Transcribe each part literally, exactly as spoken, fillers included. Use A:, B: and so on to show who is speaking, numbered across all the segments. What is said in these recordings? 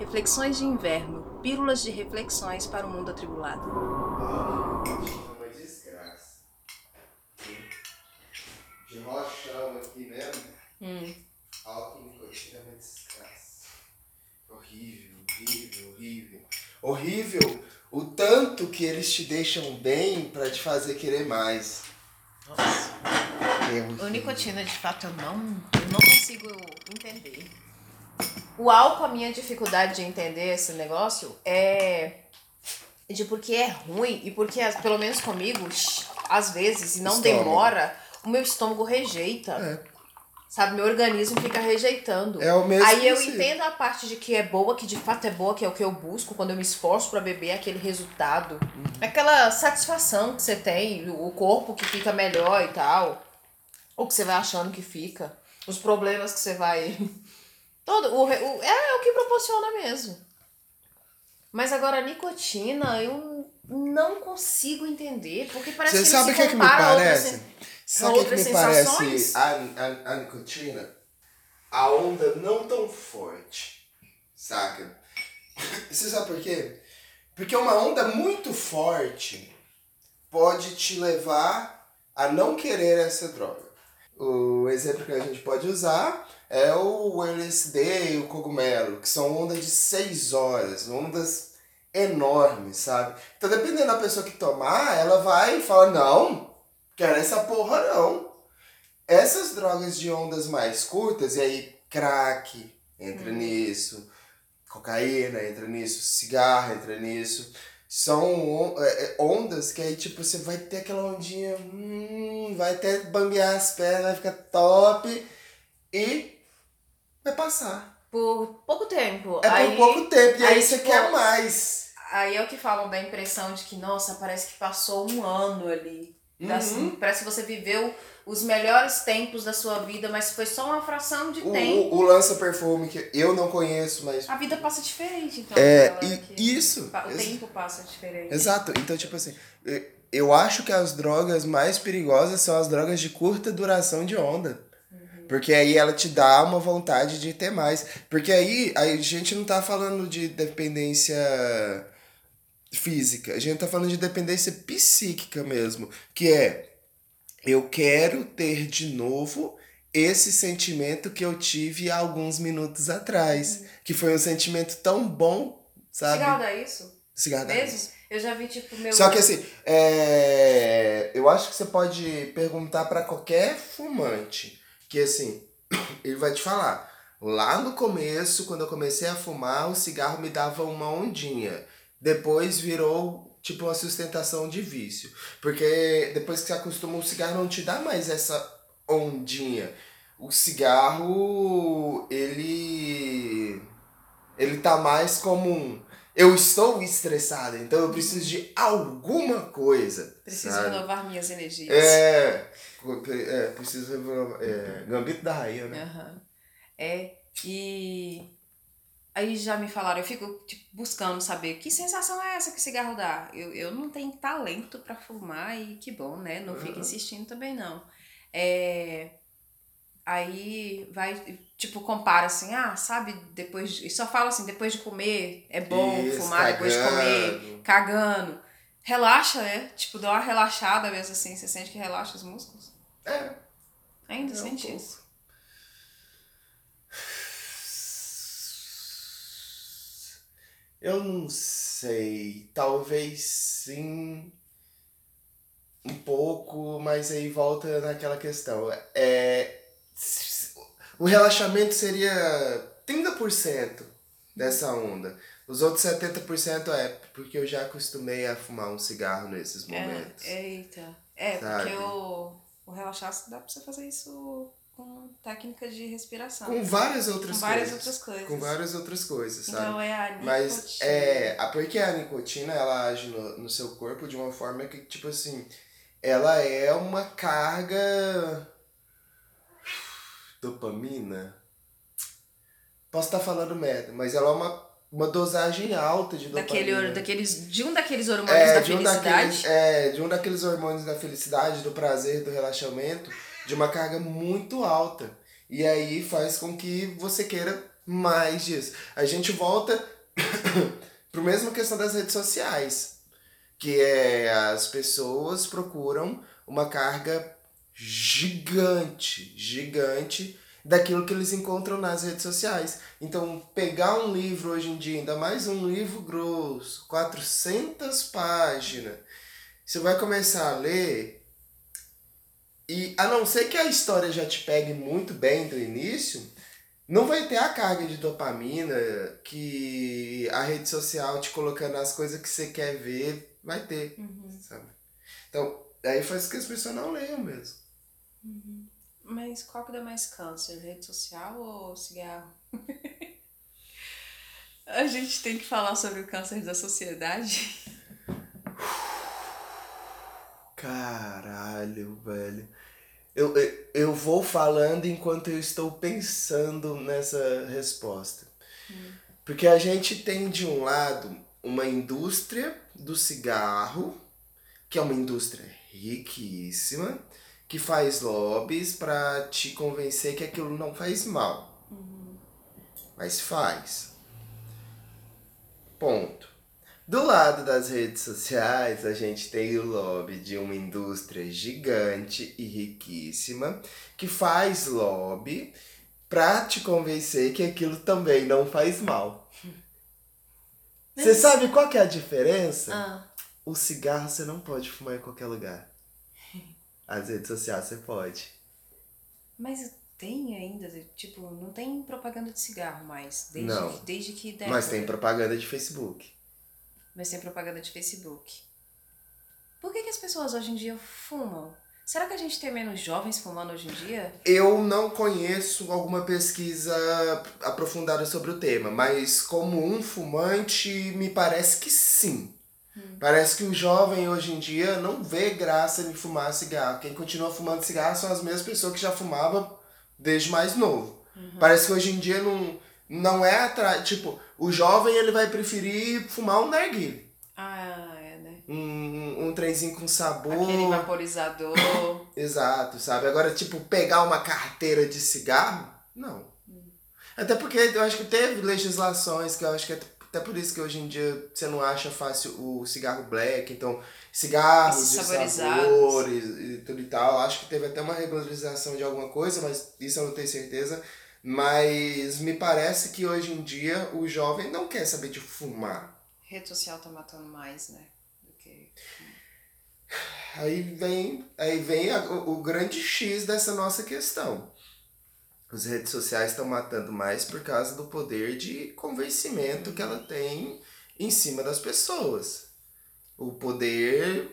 A: Reflexões de inverno, pílulas de reflexões para o mundo atribulado.
B: Ah, uma desgraça. De rochão aqui mesmo.
A: Hum.
B: Álcool nicotina é uma desgraça. Horrível, horrível, horrível. Horrível o tanto que eles te deixam bem pra te fazer querer mais.
A: Nossa.
B: É
A: o nicotina, de fato, eu não, eu não consigo entender. O álcool, a minha dificuldade de entender esse negócio é de porque é ruim e porque, pelo menos comigo, às vezes, e não
B: Estômago.
A: demora, o meu estômago rejeita.
B: É.
A: Sabe, meu organismo fica rejeitando.
B: É o mesmo
A: Aí eu
B: princípio.
A: entendo a parte de que é boa, que de fato é boa, que é o que eu busco quando eu me esforço pra beber, aquele resultado. Uhum. Aquela satisfação que você tem, o corpo que fica melhor e tal. Ou que você vai achando que fica. Os problemas que você vai... Todo, o, o, é o que proporciona mesmo. Mas agora a nicotina, eu não consigo entender. Porque parece
B: Você
A: que
B: sabe
A: ele
B: o
A: se
B: que, que me
A: compara a
B: parece?
A: outras,
B: Sabe o que, que me
A: sensações?
B: parece a, a, a nicotina? A onda não tão forte, saca? Você sabe por quê? Porque uma onda muito forte pode te levar a não querer essa droga. O exemplo que a gente pode usar é o L S D e o cogumelo, que são ondas de seis horas, ondas enormes, sabe? Então, dependendo da pessoa que tomar, ela vai e fala, não, quero essa porra não. Essas drogas de ondas mais curtas, e aí crack entra hum. nisso, cocaína entra nisso, cigarro entra nisso, são ondas que aí tipo você vai ter aquela ondinha, hum, vai até bambear as pernas, vai ficar top e vai passar.
A: Por pouco tempo.
B: É
A: aí,
B: por pouco tempo, e aí, aí você
A: tipo,
B: quer mais.
A: Aí é o que falam da impressão de que, nossa, parece que passou um ano ali. Uhum. Assim, parece que você viveu os melhores tempos da sua vida, mas foi só uma fração de
B: o,
A: tempo.
B: O, o lança-perfume, que eu não conheço, mas...
A: A vida passa diferente, então.
B: É, e, isso.
A: O ex- tempo passa diferente.
B: Exato. Então, tipo assim, eu acho que as drogas mais perigosas são as drogas de curta duração de onda. Uhum. Porque aí ela te dá uma vontade de ter mais. Porque aí a gente não tá falando de dependência física, a gente tá falando de dependência psíquica mesmo, que é, eu quero ter de novo esse sentimento que eu tive há alguns minutos atrás, uhum. que foi um sentimento tão bom, sabe?
A: Cigarro dá isso?
B: Cigarro dá
A: mesmo?
B: isso.
A: Eu já vi, tipo, meu...
B: Só que assim, é... eu acho que você pode perguntar pra qualquer fumante, que assim, ele vai te falar, lá no começo, quando eu comecei a fumar, o cigarro me dava uma ondinha. Depois virou tipo uma sustentação de vício. Porque depois que você acostuma, o cigarro não te dá mais essa ondinha. O cigarro, ele... Ele tá mais como um... Eu estou estressado, então eu preciso de alguma coisa.
A: Preciso
B: sabe?
A: renovar minhas energias.
B: É... é preciso renovar... É, gambito da rainha, né?
A: Uhum. É, e... Aí já me falaram, eu fico tipo, buscando saber que sensação é essa que o cigarro dá. Eu, eu não tenho talento pra fumar e que bom, né? Não uhum. fico insistindo também, não. É, aí vai, tipo, compara assim, ah, sabe, depois de, só fala assim, depois de comer é bom Isso, fumar, cagando. Depois de comer, cagando. Relaxa, né? Tipo, dá uma relaxada mesmo assim, você sente que relaxa os músculos?
B: É.
A: Ainda
B: é
A: sente
B: um
A: isso?
B: Eu não sei, talvez sim, um pouco, mas aí volta naquela questão. É, o relaxamento seria trinta por cento dessa onda. Os outros setenta por cento é porque eu já acostumei a fumar um cigarro nesses momentos.
A: É, eita. É, sabe? Porque o, o relaxar dá pra você fazer isso... com técnicas de respiração.
B: Com várias outras
A: com
B: coisas.
A: várias outras coisas.
B: Com várias outras coisas, sabe?
A: Então é a nicotina.
B: Mas é, porque a nicotina, ela age no, no seu corpo de uma forma que, tipo assim, ela é uma carga... Dopamina? Posso estar falando merda, mas ela é uma, uma dosagem alta de dopamina.
A: Daquele, daqueles, de um daqueles hormônios
B: é,
A: da
B: de um
A: felicidade?
B: Daqueles, é, de um daqueles hormônios da felicidade, do prazer, do relaxamento, de uma carga muito alta. E aí faz com que você queira mais disso. A gente volta Pro mesmo questão das redes sociais, que é as pessoas procuram uma carga gigante, gigante daquilo que eles encontram nas redes sociais. Então, pegar um livro hoje em dia, ainda mais um livro grosso, quatrocentas páginas, você vai começar a ler e, a não ser que a história já te pegue muito bem do início, não vai ter a carga de dopamina que a rede social te colocando as coisas que você quer ver vai ter,
A: Uhum.
B: sabe? Então, aí faz com que as pessoas não leiam mesmo.
A: Uhum. Mas qual que dá mais câncer? Rede social ou cigarro? A gente tem que falar sobre o câncer da sociedade.
B: Caralho, velho. Eu, eu, eu vou falando enquanto eu estou pensando nessa resposta.
A: Hum.
B: Porque a gente tem, de um lado, uma indústria do cigarro, que é uma indústria riquíssima, que faz lobbies para te convencer que aquilo não faz mal.
A: Uhum.
B: Mas faz. Ponto. Do lado das redes sociais, a gente tem o lobby de uma indústria gigante e riquíssima que faz lobby pra te convencer que aquilo também não faz mal. Você
A: Mas-
B: sabe qual que é a diferença?
A: Ah,
B: O cigarro você não pode fumar em qualquer lugar. As redes sociais você pode.
A: mas tem ainda, tipo, não tem propaganda de cigarro mais. Desde,
B: Não.
A: que, desde que década?
B: Mas tem propaganda de Facebook.
A: Mas tem propaganda de Facebook. Por que, que as pessoas hoje em dia fumam? Será que a gente tem menos jovens fumando hoje em dia?
B: Eu não conheço alguma pesquisa aprofundada sobre o tema, mas como um fumante, me parece que sim.
A: Hum.
B: Parece que o jovem hoje em dia não vê graça em fumar cigarro. Quem continua fumando cigarro são as mesmas pessoas que já fumavam desde mais novo.
A: Uhum.
B: Parece que hoje em dia não, não é atrás. Tipo, o jovem ele vai preferir fumar um narguilé.
A: Ah, é, né?
B: Um, um trenzinho com sabor.
A: Aquele vaporizador.
B: Exato, sabe? Agora, tipo, pegar uma carteira de cigarro, não.
A: Hum.
B: Até porque eu acho que teve legislações que eu acho que é até por isso que hoje em dia você não acha fácil o cigarro black, então cigarros
A: Esses
B: de
A: saborizados.
B: sabores e tudo e tal. Acho que teve até uma regularização de alguma coisa, mas isso eu não tenho certeza. Mas me parece que hoje em dia o jovem não quer saber de fumar.
A: Rede social tá matando mais, né? Do que...
B: Aí vem, aí vem a, o, o grande X dessa nossa questão. As redes sociais estão matando mais por causa do poder de convencimento que ela tem em cima das pessoas. O poder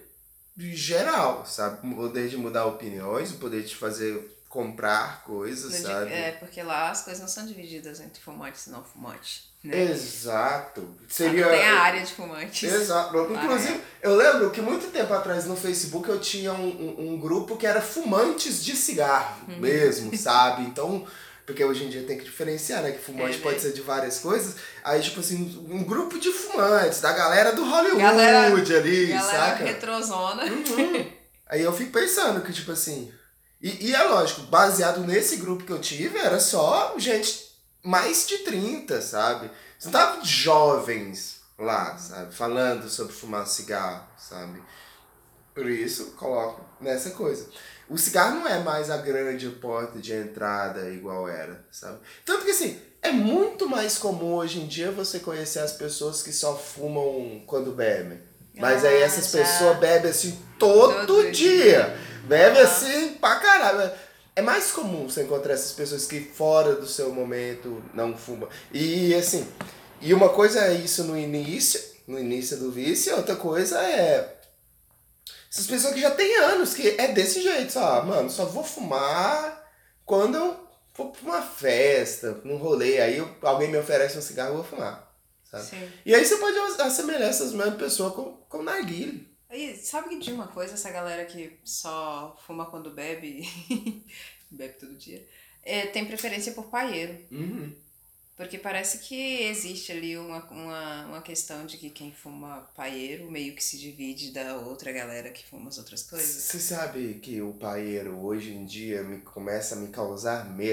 B: geral, sabe? O poder de mudar opiniões, o poder de fazer comprar coisas,
A: No
B: sabe?
A: di- É, porque lá as coisas não são divididas entre fumantes e não fumantes, né?
B: Exato.
A: Seria... Tem a área de fumantes.
B: Exato. Inclusive, eu lembro que muito tempo atrás no Facebook eu tinha um, um, um grupo que era fumantes de cigarro mesmo, sabe? Então, porque hoje em dia tem que diferenciar, né? Que fumante
A: É,
B: pode
A: né?
B: ser de várias coisas. Aí, tipo assim, um grupo de fumantes, da galera do Hollywood
A: Galera-
B: ali,
A: Galera
B: saca?
A: retrozona.
B: Uhum. Aí eu fico pensando que, tipo assim... E, e é lógico, baseado nesse grupo que eu tive, era só gente mais de trinta, sabe? Você não tava jovens lá, sabe? Falando sobre fumar cigarro, sabe? Por isso, coloco nessa coisa. O cigarro não é mais a grande porta de entrada igual era, sabe? Tanto que, assim, é muito mais comum hoje em dia você conhecer as pessoas que só fumam quando bebem. Mas aí
A: Ah,
B: essas
A: já.
B: pessoas bebem assim todo,
A: Todo
B: dia. Bebe
A: Aham.
B: assim pra caralho. É mais comum você encontrar essas pessoas que fora do seu momento não fumam. E assim, e uma coisa é isso no início, no início do vício, e outra coisa é essas pessoas que já tem anos, que é desse jeito, sabe? Mano, só vou fumar quando eu for pra uma festa, num rolê, aí eu- alguém me oferece um cigarro, eu vou fumar, sabe?
A: Sim.
B: E aí você pode assemelhar essas mesmas pessoas com, com narguilé.
A: E sabe que de uma coisa, essa galera que só fuma quando bebe, bebe todo dia, é, tem preferência por paieiro.
B: Uhum.
A: Porque parece que existe ali uma, uma, uma questão de que quem fuma paieiro meio que se divide da outra galera que fuma as outras coisas.
B: Você sabe que o paieiro hoje em dia me começa a me causar medo?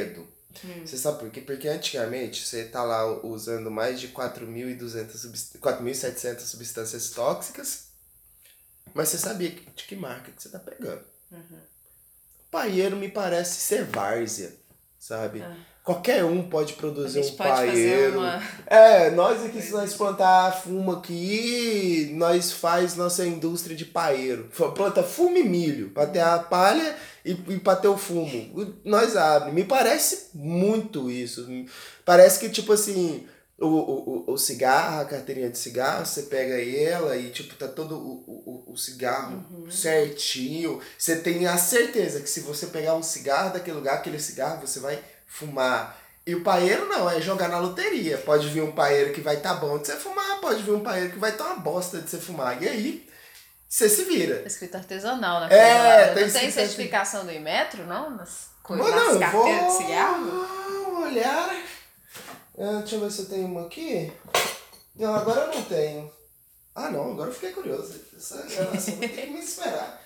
A: Hum.
B: Você sabe por quê? Porque antigamente você tá lá usando mais de quatro mil e duzentas, subst... quatro mil e setecentas substâncias tóxicas, mas você sabia de que marca que você tá pegando.
A: Uhum.
B: Paieiro me parece ser várzea, sabe?
A: Ah.
B: Qualquer um pode produzir
A: A gente
B: um
A: pode
B: paieiro.
A: fazer uma...
B: É, nós aqui, se nós plantar fumo aqui, nós faz nossa indústria de paieiro. Planta fumo e milho, pra ter a palha e, e pra ter o fumo. Nós abre. Me parece muito isso. Parece que, tipo assim, o, o, o cigarro, a carteirinha de cigarro, você pega ela e, tipo, tá todo o, o, o cigarro
A: Uhum.
B: certinho. Você tem a certeza que se você pegar um cigarro daquele lugar, aquele cigarro, você vai fumar. E o paeiro não, é jogar na loteria. Pode vir um paeiro que vai estar tá bom de você fumar, pode vir um paeiro que vai estar tá uma bosta de você fumar. E aí, você se vira.
A: Escrito artesanal na
B: É,
A: coisa lá.
B: tem
A: Não tem
B: escrito
A: certificação do Inmetro, não? Nas, coisas,
B: Mas
A: nas
B: não,
A: carteiras
B: vou
A: de cigarro?
B: olhar. Ah, deixa eu ver se eu tenho uma aqui. Não, agora eu não tenho. Ah, não, agora eu fiquei curioso. Essa gravação vai ter que me esperar.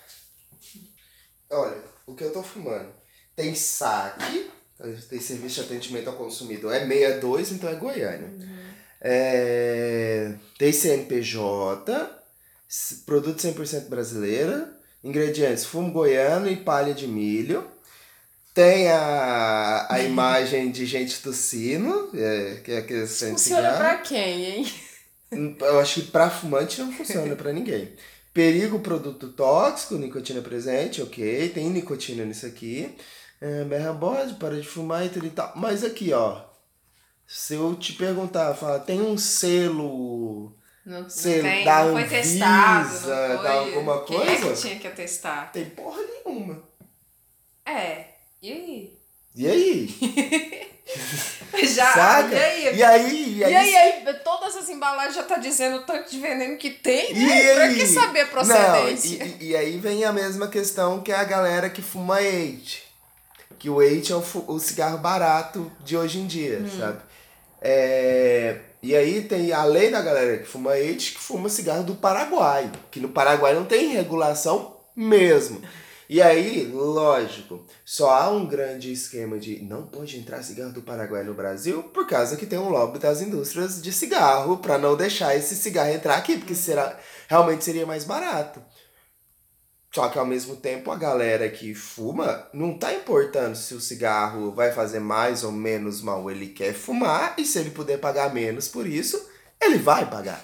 B: Olha, o que eu tô fumando. Tem saque, tem serviço de atendimento ao consumidor, é sessenta e dois, então é Goiânia. Uhum. É, tem C N P J, produto cem por cento brasileiro, ingredientes fumo goiano e palha de milho. Tem a, a imagem de gente tossindo, é, que é aquele centro de
A: funciona
B: cigarro.
A: Pra quem, hein?
B: Eu acho que pra fumante não funciona pra ninguém. Perigo, produto tóxico, nicotina presente, ok. Tem nicotina nisso aqui. É, berra bode, para de fumar e tudo e tal. Mas aqui, ó. Se eu te perguntar, fala, tem um selo...
A: Não,
B: selo
A: não, tem,
B: da
A: não foi
B: Anvisa,
A: testado, não foi...
B: da alguma
A: Quem
B: coisa?
A: é que tinha que testar?
B: Tem porra nenhuma.
A: É, e aí?
B: E aí?
A: Já,
B: Saca?
A: e aí?
B: E aí?
A: E aí, e aí, aí todas essas embalagens já tá dizendo o tanto de veneno que tem, né?
B: E
A: pra
B: aí?
A: que saber a procedência?
B: Não, e, e, e aí vem a mesma questão que a galera que fuma eight. Que o eight é o, o cigarro barato de hoje em dia, hum. sabe? É, e aí tem a lei da galera que fuma eight, que fuma cigarro do Paraguai. Que no Paraguai não tem regulação mesmo. E aí, lógico, só há um grande esquema de não pode entrar cigarro do Paraguai no Brasil por causa que tem um lobby das indústrias de cigarro para não deixar esse cigarro entrar aqui, porque será, realmente seria mais barato. Só que ao mesmo tempo a galera que fuma não tá importando se o cigarro vai fazer mais ou menos mal. Ele quer fumar e se ele puder pagar menos por isso, ele vai pagar.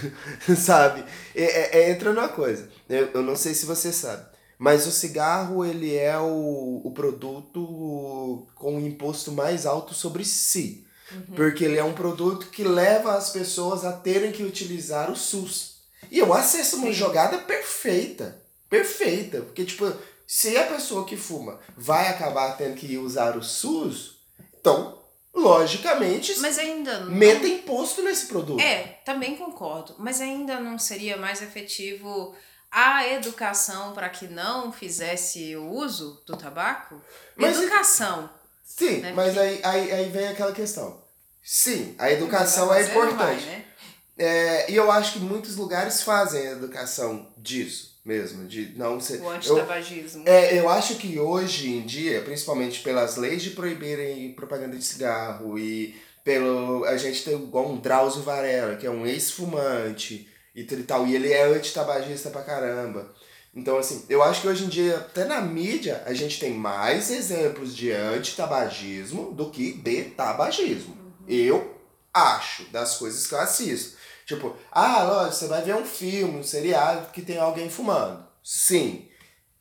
B: Sabe? É, é, é, entra numa coisa. Eu, eu não sei se você sabe. Mas o cigarro, ele é o, o produto com o imposto mais alto sobre si. Uhum. Porque ele é um produto que leva as pessoas a terem que utilizar o SUS. E eu acho essa uma jogada perfeita. Perfeita. Porque, tipo, se a pessoa que fuma vai acabar tendo que usar o SUS, então, logicamente,
A: mas ainda não...
B: meta imposto nesse produto.
A: É, também concordo. Mas ainda não seria mais efetivo... a educação para que não fizesse o uso do tabaco? Mas educação.
B: Sim, né? Mas aí, aí, aí vem aquela questão. Sim, a educação é importante. Vai, né? É, e eu acho que muitos lugares fazem a educação disso mesmo. De não ser,
A: o antitabagismo.
B: Eu, é, eu acho que hoje em dia, principalmente pelas leis de proibirem propaganda de cigarro e pelo... A gente tem igual um Drauzio Varela, que é um ex-fumante... E, tal, e ele é antitabagista pra caramba. Então, assim, eu acho que hoje em dia, até na mídia, a gente tem mais exemplos de antitabagismo do que de tabagismo. Uhum. Eu acho, das coisas que eu assisto. Tipo, ah, lógico, você vai ver um filme, um seriado que tem alguém fumando. Sim,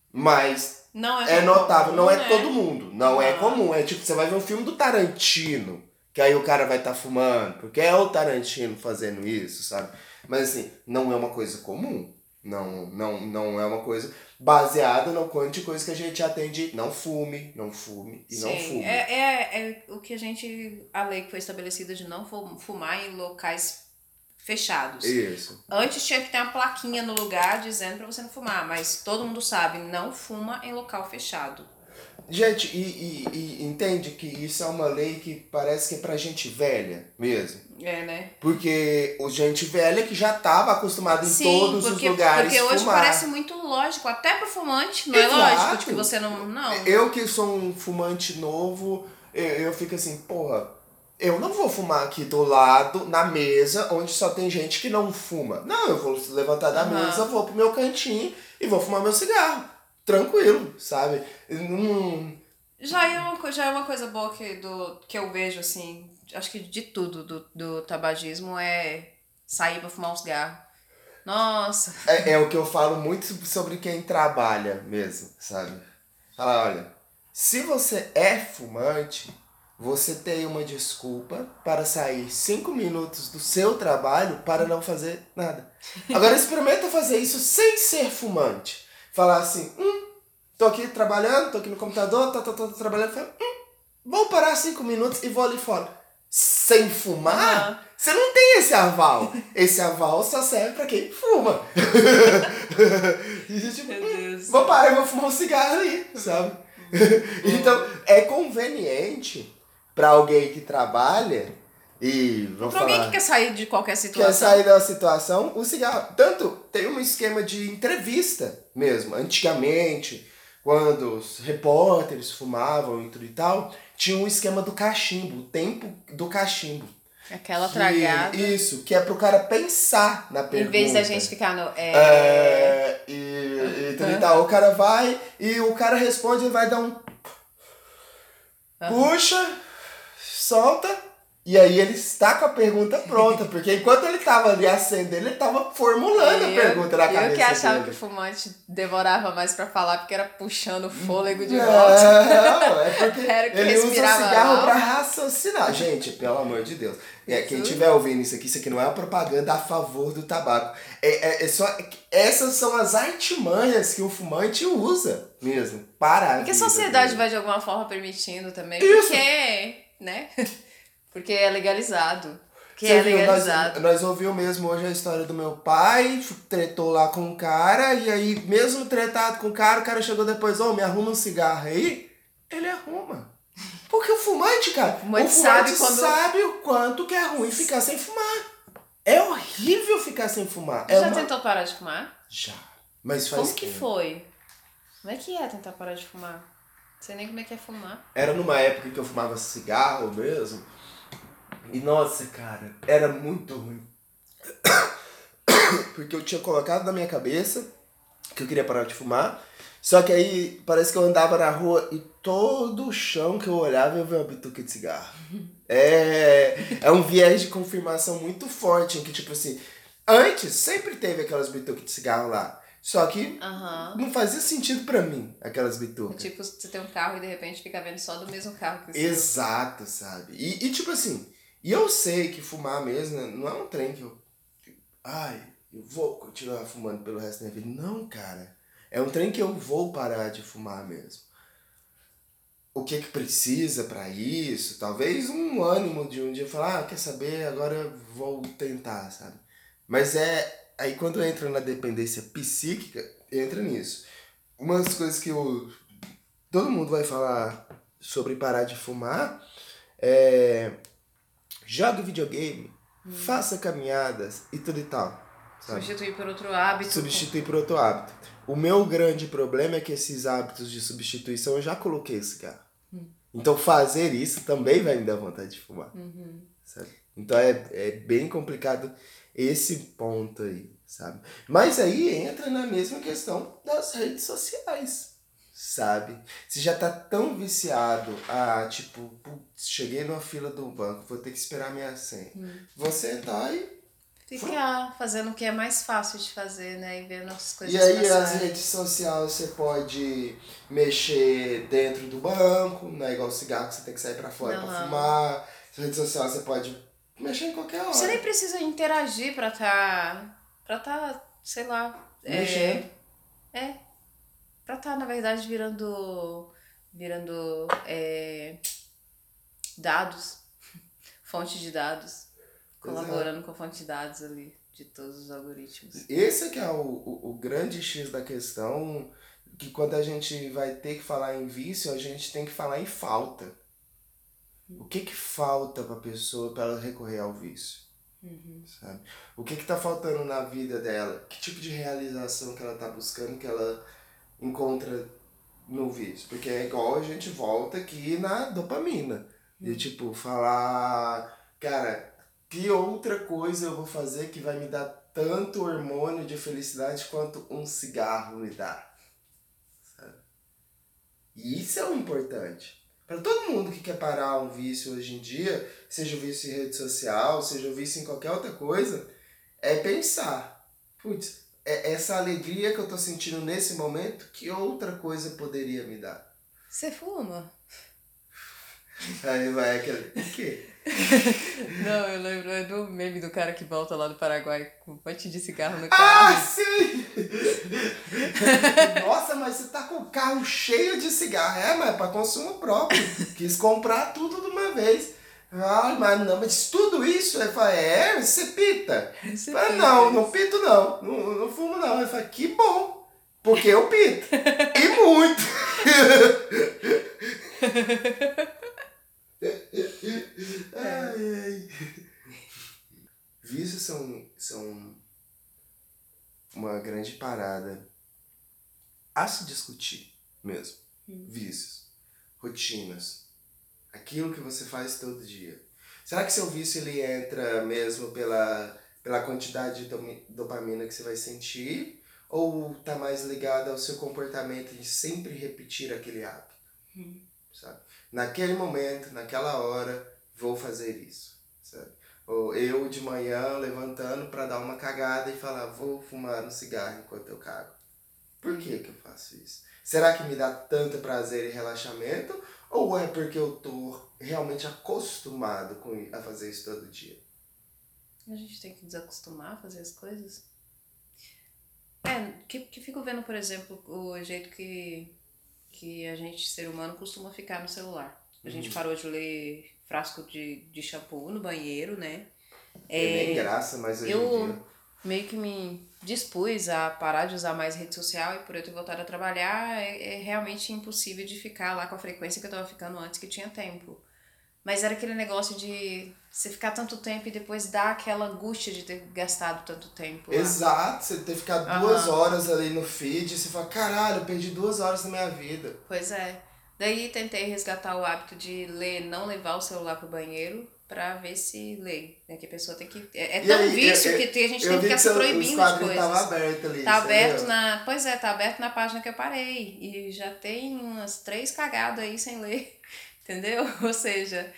B: mas
A: não é,
B: é notável,
A: comum,
B: não é
A: né?
B: todo mundo. Não ah. é comum. É tipo, você vai ver um filme do Tarantino, que aí o cara vai estar tá fumando, porque é o Tarantino fazendo isso, sabe? Mas assim, não é uma coisa comum. Não, não, não é uma coisa baseada no quanto de coisa que a gente atende. Não fume, não fume e
A: Sim,
B: não fume.
A: É, é, é o que a gente... A lei que foi estabelecida de não fumar em locais fechados.
B: Isso.
A: Antes tinha que ter uma plaquinha no lugar dizendo pra você não fumar. Mas todo mundo sabe, não fuma em local fechado.
B: Gente, e, e, e entende que isso é uma lei que parece que é pra gente velha mesmo.
A: É, né?
B: Porque o gente velha que já estava acostumada em
A: Sim,
B: todos
A: porque,
B: os lugares
A: porque hoje
B: fumar.
A: parece muito lógico, até pro fumante, não
B: Exato.
A: é lógico de que você não... não.
B: Eu que sou um fumante novo, eu, eu fico assim, porra, eu não vou fumar aqui do lado, na mesa, onde só tem gente que não fuma. Não, eu vou levantar da
A: Aham.
B: mesa, vou pro meu cantinho e vou fumar meu cigarro. Tranquilo, sabe? Não...
A: Já é uma, co- já é uma coisa boa que, do, que eu vejo, assim, acho que de tudo do, do tabagismo é sair pra fumar um cigarro. Nossa.
B: É, é o que eu falo muito sobre quem trabalha mesmo, sabe? Fala, olha, se você é fumante, você tem uma desculpa para sair cinco minutos do seu trabalho para não fazer nada. Agora experimenta fazer isso sem ser fumante. Falar assim, hum, tô aqui trabalhando, tô aqui no computador, tô, tô, tô, tô trabalhando, falo, hum, vou parar cinco minutos e vou ali fora. Sem fumar?
A: Aham.
B: Você não tem esse aval. Esse aval só serve pra quem fuma. E tipo,
A: Meu
B: hum,
A: Deus.
B: vou parar e vou fumar um cigarro aí, sabe? Então, é conveniente pra alguém que trabalha e,
A: Ou
B: vou
A: pra alguém que
B: falar,
A: quer sair de qualquer
B: quer
A: situação.
B: sair da situação, o cigarro. Tanto tem um esquema de entrevista mesmo. Antigamente, quando os repórteres fumavam e tudo e tal, tinha um esquema do cachimbo, o tempo do cachimbo.
A: Aquela
B: Que,
A: tragada.
B: isso, que é pro cara pensar na pergunta.
A: Em vez da gente ficar no. É.
B: É, e, e tudo e tal. O cara vai e o cara responde e vai dar um. Puxa, solta. E aí ele está com a pergunta pronta, porque enquanto ele estava ali acendendo, ele estava formulando a pergunta na cabeça
A: Eu que achava
B: dele.
A: que o fumante demorava mais pra falar porque era puxando o fôlego de
B: Não,
A: volta.
B: é porque
A: Era o que
B: ele usa o
A: respirava
B: cigarro
A: mal.
B: pra raciocinar. Gente, pelo amor de Deus. É, quem estiver ouvindo isso aqui, isso aqui não é uma propaganda a favor do tabaco. É, é, é só, essas são as artimanhas que o fumante usa mesmo. Para a
A: Porque a
B: vida
A: sociedade
B: dele.
A: vai de alguma forma permitindo também.
B: Isso.
A: Porque, né? Porque é legalizado. Que
B: Você
A: é
B: viu, nós,
A: legalizado.
B: nós ouvimos mesmo hoje a história do meu pai, tretou lá com o cara, e aí, mesmo tretado com o cara, o cara chegou depois, ô, me arruma um cigarro aí. Ele arruma. Porque o fumante, cara,
A: O fumante
B: o fumante
A: sabe quando-
B: sabe o quanto que é ruim ficar sem fumar. É horrível ficar sem fumar.
A: Tu
B: É
A: já
B: uma...
A: tentou parar de fumar?
B: Já. Mas faz
A: Como que
B: tempo.
A: foi? Como é que é tentar parar de fumar? Não sei nem como é que é fumar.
B: Era numa época que eu fumava cigarro mesmo. E nossa, cara, era muito ruim. Porque eu tinha colocado na minha cabeça que eu queria parar de fumar. Só que aí parece que eu andava na rua e todo o chão que eu olhava eu via uma bituca de cigarro. É, é um viés de confirmação muito forte em que, tipo assim, antes sempre teve aquelas bitucas de cigarro lá. Só que
A: Aham.
B: não fazia sentido pra mim, aquelas bitucas.
A: Tipo, você tem um carro e de repente fica vendo só do mesmo carro que o seu.
B: Exato, sabe? E, e tipo assim, e eu sei que fumar mesmo não é um trem que eu. Ai, eu vou continuar fumando pelo resto da minha vida. Não, cara. É um trem que eu vou parar de fumar mesmo. O que que precisa pra isso? Talvez um ânimo de um dia falar, ah, quer saber, agora eu vou tentar, sabe? Mas é. Aí quando entra na dependência psíquica, entra nisso. Uma das coisas que eu. Todo mundo vai falar sobre parar de fumar é. Jogue videogame, hum. faça caminhadas e tudo e tal. Sabe?
A: Substituir por outro hábito.
B: Substituir por outro hábito. O meu grande problema é que esses hábitos de substituição eu já coloquei esse cara. Hum. Então fazer isso também vai me dar vontade de fumar. Uhum. Sabe? Então é, é bem complicado esse ponto aí, sabe? Mas aí entra na mesma questão das redes sociais. Sabe? Você já tá tão viciado a, tipo, putz, cheguei numa fila do banco, vou ter que esperar minha senha. Hum. Você tá aí.
A: Ficar fazendo o que é mais fácil de fazer, né? E vendo as coisas
B: E aí
A: passarem.
B: as redes sociais você pode mexer dentro do banco, não é igual cigarro que você tem que sair pra fora uhum. pra fumar. As redes sociais você pode mexer em qualquer hora.
A: Você nem precisa interagir pra tá, pra tá, sei lá...
B: Mexendo.
A: É, é. Pra tá, na verdade, virando, virando é, dados, fonte de dados, colaborando Exato. com a fonte de dados ali, de todos os algoritmos.
B: Esse é que é o, o, o grande X da questão, que quando a gente vai ter que falar em vício, a gente tem que falar em falta. O que que falta pra pessoa para ela recorrer ao vício? Uhum. Sabe? O que que tá faltando na vida dela? Que tipo de realização que ela tá buscando que ela encontra no vício. Porque é igual a gente volta aqui na dopamina. De tipo, falar, cara, que outra coisa eu vou fazer que vai me dar tanto hormônio de felicidade quanto um cigarro me dá? Sabe? E isso é o importante. Para todo mundo que quer parar um vício hoje em dia, seja o vício em rede social, seja o vício em qualquer outra coisa, é pensar, putz, é essa alegria que eu tô sentindo nesse momento, que outra coisa poderia me dar?
A: Você fuma?
B: Aí vai aquele, o quê?
A: Não, eu lembro do meme do cara que volta lá do Paraguai com um monte de cigarro no
B: Ah,
A: carro.
B: sim! Nossa, mas você tá com o carro cheio de cigarro. É, mas é pra consumo próprio. Quis comprar tudo de uma vez. Ah, mas não, mas tudo isso? Eu falei, é, você pita?
A: Você
B: Eu falei,
A: pita
B: não,
A: isso.
B: não pito não. Não, não fumo não. Eu falei, que bom. Porque eu pito. E muito. Ai, ai. Vícios são, são uma grande parada a se discutir mesmo. Vícios, rotinas, aquilo que você faz todo dia. Será que seu vício ele entra mesmo pela, pela quantidade de domi- dopamina que você vai sentir? Ou tá mais ligado ao seu comportamento de sempre repetir aquele hábito? Sabe? Naquele momento, naquela hora, vou fazer isso. Sabe? Ou eu de manhã levantando para dar uma cagada e falar, vou fumar um cigarro enquanto eu cago. Por que que eu faço isso? Será que me dá tanto prazer e relaxamento? Ou é porque eu tô realmente acostumado com i- a fazer isso todo dia?
A: A gente tem que desacostumar a fazer as coisas. É, que, que fico vendo, por exemplo, o jeito que, que a gente, ser humano, costuma ficar no celular. A gente parou de ler frasco de, de shampoo no banheiro, né?
B: É nem graça, mas hoje em dia.
A: Eu meio que me dispus a parar de usar mais rede social e por eu ter voltado a trabalhar, é, é realmente impossível de ficar lá com a frequência que eu tava ficando antes, que tinha tempo. Mas era aquele negócio de você ficar tanto tempo e depois dar aquela angústia de ter gastado tanto tempo lá.
B: Exato, você ter ficado duas horas ali no feed e você fala, caralho, eu perdi duas horas da minha vida.
A: Pois é. Daí tentei resgatar o hábito de ler, não levar o celular pro banheiro pra ver se lê. Né? Que a pessoa tem que. É, é
B: E
A: tão
B: aí,
A: vício
B: eu,
A: que
B: eu,
A: tem- a gente
B: eu
A: tem que
B: vi
A: ficar
B: que
A: se
B: seu, os
A: proibindo de
B: quadrinhos estavam
A: coisas.
B: abertos ali,
A: Tá
B: você
A: aberto
B: viu?
A: na. Pois é, tá aberto na página que eu parei. E já tem umas três cagadas aí sem ler. Entendeu? Ou seja,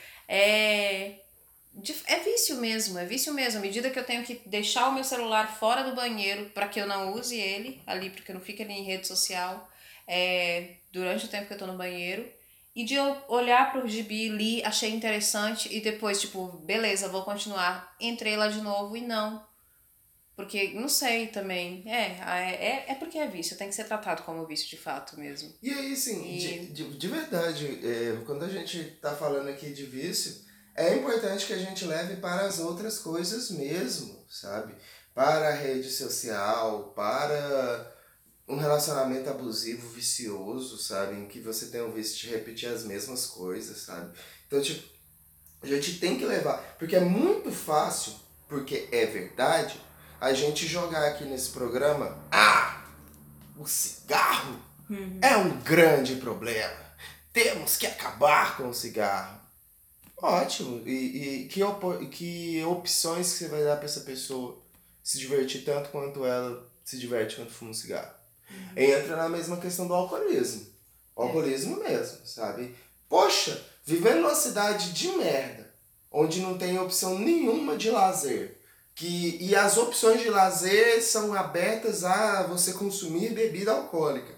A: é. de- É vício mesmo, é vício mesmo. À medida que eu tenho que deixar o meu celular fora do banheiro para que eu não use ele ali, porque eu não fique ali em rede social, é, durante o tempo que eu tô no banheiro. E de eu olhar pro gibi, li, achei interessante e depois, tipo, beleza, vou continuar. Entrei lá de novo e não. Porque, não sei também. É, é, é porque é vício, tem que ser tratado como vício de fato mesmo.
B: E aí, assim, de,
A: E.
B: de, de verdade, é, quando a gente tá falando aqui de vício, é importante que a gente leve para as outras coisas mesmo, sabe? Para a rede social, para um relacionamento abusivo, vicioso, sabe? Em que você tem o vício de repetir as mesmas coisas, sabe? Então, tipo, a gente tem que levar. Porque é muito fácil, porque é verdade, a gente jogar aqui nesse programa, ah, o cigarro é um grande problema. Temos que acabar com o cigarro. Ótimo. E, e que, opo- que opções que você vai dar para essa pessoa se divertir tanto quanto ela se diverte quando fuma um cigarro? Entra na mesma questão do alcoolismo. O alcoolismo mesmo, sabe? Poxa, vivendo numa cidade de merda, onde não tem opção nenhuma de lazer, que, e as opções de lazer são abertas a você consumir bebida alcoólica.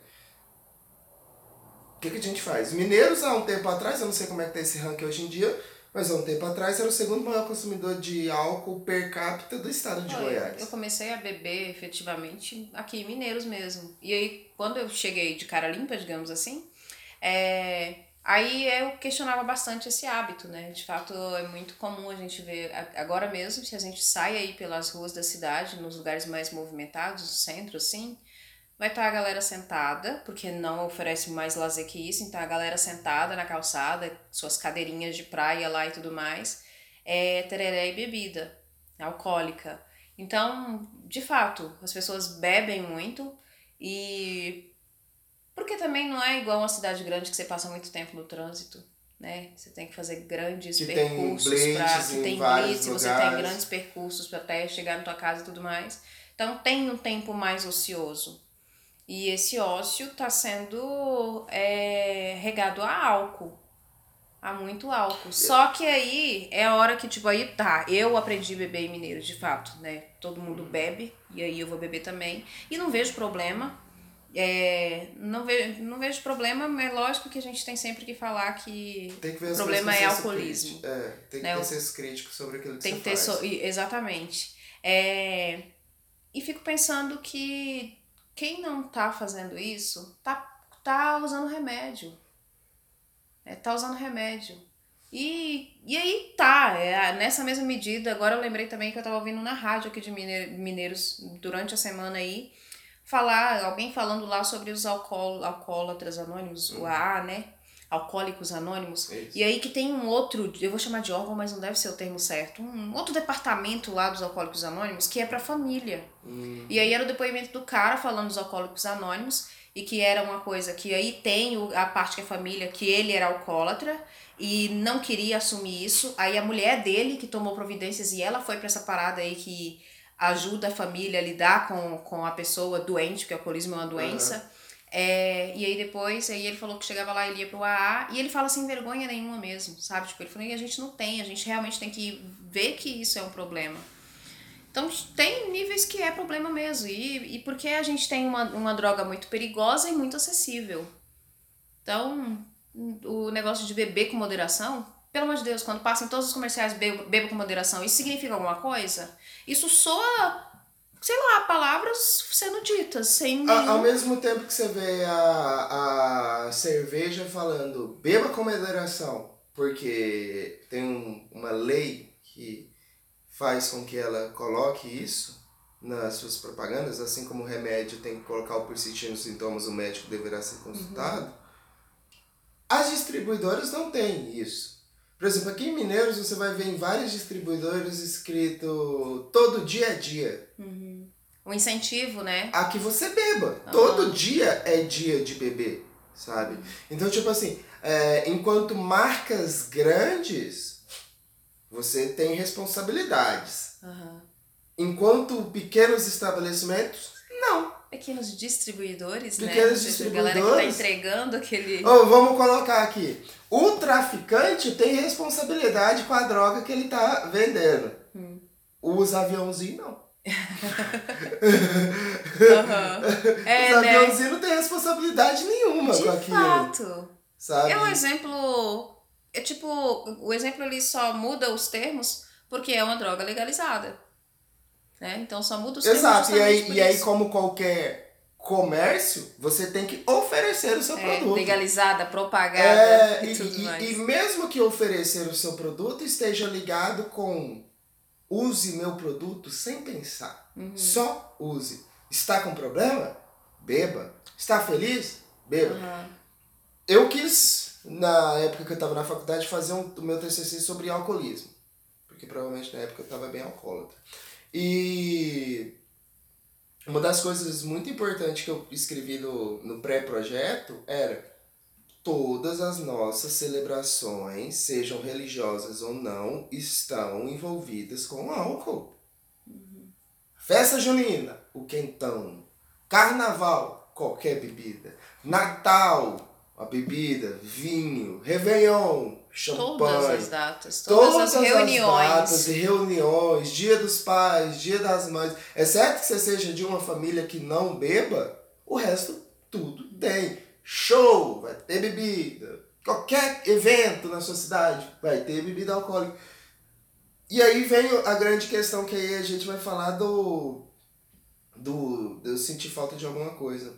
B: O que, que a gente faz? Mineiros, há um tempo atrás, eu não sei como é que tá esse ranking hoje em dia, mas há um tempo atrás era o segundo maior consumidor de álcool per capita do estado de
A: Ó, eu, eu
B: Goiás.
A: comecei a beber efetivamente aqui em Mineiros mesmo. E aí, quando eu cheguei de cara limpa, digamos assim, é, aí eu questionava bastante esse hábito, né? De fato, é muito comum a gente ver, a- agora mesmo, se a gente sai aí pelas ruas da cidade, nos lugares mais movimentados, no centro, assim, vai estar a galera sentada, porque não oferece mais lazer que isso, então a galera sentada na calçada, suas cadeirinhas de praia lá e tudo mais, é tereré e bebida alcoólica. Então, de fato, as pessoas bebem muito e Porque também não é igual uma cidade grande que você passa muito tempo no trânsito, né? Você tem que fazer grandes
B: Que tem
A: percursos para
B: blitz
A: que
B: em
A: tem
B: vários
A: blitz, você tem
B: lugares.
A: grandes percursos para até chegar na tua casa e tudo mais. Então tem um tempo mais ocioso. E esse ócio está sendo é, regado a álcool. Há muito álcool. Só que aí é a hora que, tipo, aí tá, eu aprendi a beber em Mineiro, de fato, né? Todo mundo bebe, e aí eu vou beber também. E não vejo problema. É, não, vejo, não vejo problema, mas é lógico que a gente tem sempre que falar que
B: Tem que ver
A: o
B: as
A: problema é
B: coisas com senso
A: alcoolismo.
B: crítico. É, tem que
A: Né?
B: ter senso crítico sobre aquilo que
A: Tem
B: você
A: que ter.
B: faz.
A: So, exatamente. É, e fico pensando que quem não tá fazendo isso tá, tá usando remédio. É, tá usando remédio. E, e aí tá, é, nessa mesma medida, agora eu lembrei também que eu tava ouvindo na rádio aqui de Mine- Mineiros durante a semana aí, falar, alguém falando lá sobre os alcoól, alcoólatras anônimos, o A A, né? Alcoólicos Anônimos.
B: Isso.
A: E aí que tem um outro, eu vou chamar de órgão, mas não deve ser o termo certo, um outro departamento lá dos Alcoólicos Anônimos que é pra família.
B: Hum.
A: E aí era o depoimento do cara falando dos Alcoólicos Anônimos e que era uma coisa que aí tem o- a parte que é família, que ele era alcoólatra e não queria assumir isso. Aí a mulher dele que tomou providências e ela foi pra essa parada aí que ajuda a família a lidar com, com a pessoa doente, porque o alcoolismo é uma doença. É, e aí depois, aí ele falou que chegava lá, ele ia pro A A, e ele fala sem vergonha nenhuma mesmo, sabe? Tipo, ele falou, e a gente não tem, a gente realmente tem que ver que isso é um problema. Então tem níveis que é problema mesmo, e, e porque a gente tem uma, uma droga muito perigosa e muito acessível. Então, o negócio de beber com moderação, pelo amor de Deus, quando passa em todos os comerciais beba, beba com moderação, isso significa alguma coisa? Isso soa, sei lá, palavras sendo ditas, sem
B: A-
A: nenhum...
B: Ao mesmo tempo que você vê a, a cerveja falando beba com moderação, porque tem um- uma lei que faz com que ela coloque isso nas suas propagandas, assim como o remédio tem que colocar o persistir nos sintomas, o médico deverá ser consultado. As distribuidoras não têm isso. Por exemplo, aqui em Mineiros você vai ver em várias distribuidoras escrito todo dia é dia.
A: O incentivo, né?
B: A que você beba. Todo dia é dia de beber, sabe? Então, tipo assim, é, enquanto marcas grandes, você tem responsabilidades.
A: Uhum.
B: Enquanto pequenos estabelecimentos, não.
A: Pequenos distribuidores,
B: Pequenos
A: né?
B: distribuidores.
A: A galera que tá entregando aquele...
B: Oh, vamos colocar aqui. O traficante tem responsabilidade com a droga que ele tá vendendo.
A: Hum.
B: Os aviãozinhos não.
A: Uhum. É,
B: Os
A: né?
B: aviãozinhos não têm responsabilidade nenhuma
A: De
B: com aquilo.
A: fato.
B: Sabe?
A: É um exemplo... É tipo, o exemplo ali só muda os termos porque é uma droga legalizada. Né? Então só muda os termos
B: Exato, e
A: justamente
B: aí,
A: por
B: e aí
A: isso.
B: como qualquer comércio, você tem que oferecer o seu
A: É,
B: produto.
A: legalizada, propagada
B: É,
A: e,
B: e,
A: tudo
B: e,
A: mais.
B: e mesmo que oferecer o seu produto esteja ligado com use meu produto sem pensar.
A: Uhum.
B: Só use. Está com problema? Beba. Está feliz? Beba.
A: Uhum.
B: Eu quis, na época que eu estava na faculdade, fazer um, o meu T C C sobre alcoolismo. Porque provavelmente na época eu estava bem alcoólatra. E uma das coisas muito importantes que eu escrevi no, no pré-projeto era todas as nossas celebrações, sejam religiosas ou não, estão envolvidas com álcool. Uhum. Festa junina, o quentão. Carnaval, qualquer bebida. Natal, a bebida, vinho. Réveillon, champanhe.
A: Todas as datas, todas, todas as reuniões.
B: As datas e reuniões, dia dos pais, dia das mães. Exceto que você seja de uma família que não beba, o resto tudo tem. Show, vai ter bebida. Qualquer evento na sua cidade vai ter bebida alcoólica. E aí vem a grande questão que aí a gente vai falar do... do de eu sentir falta de alguma coisa.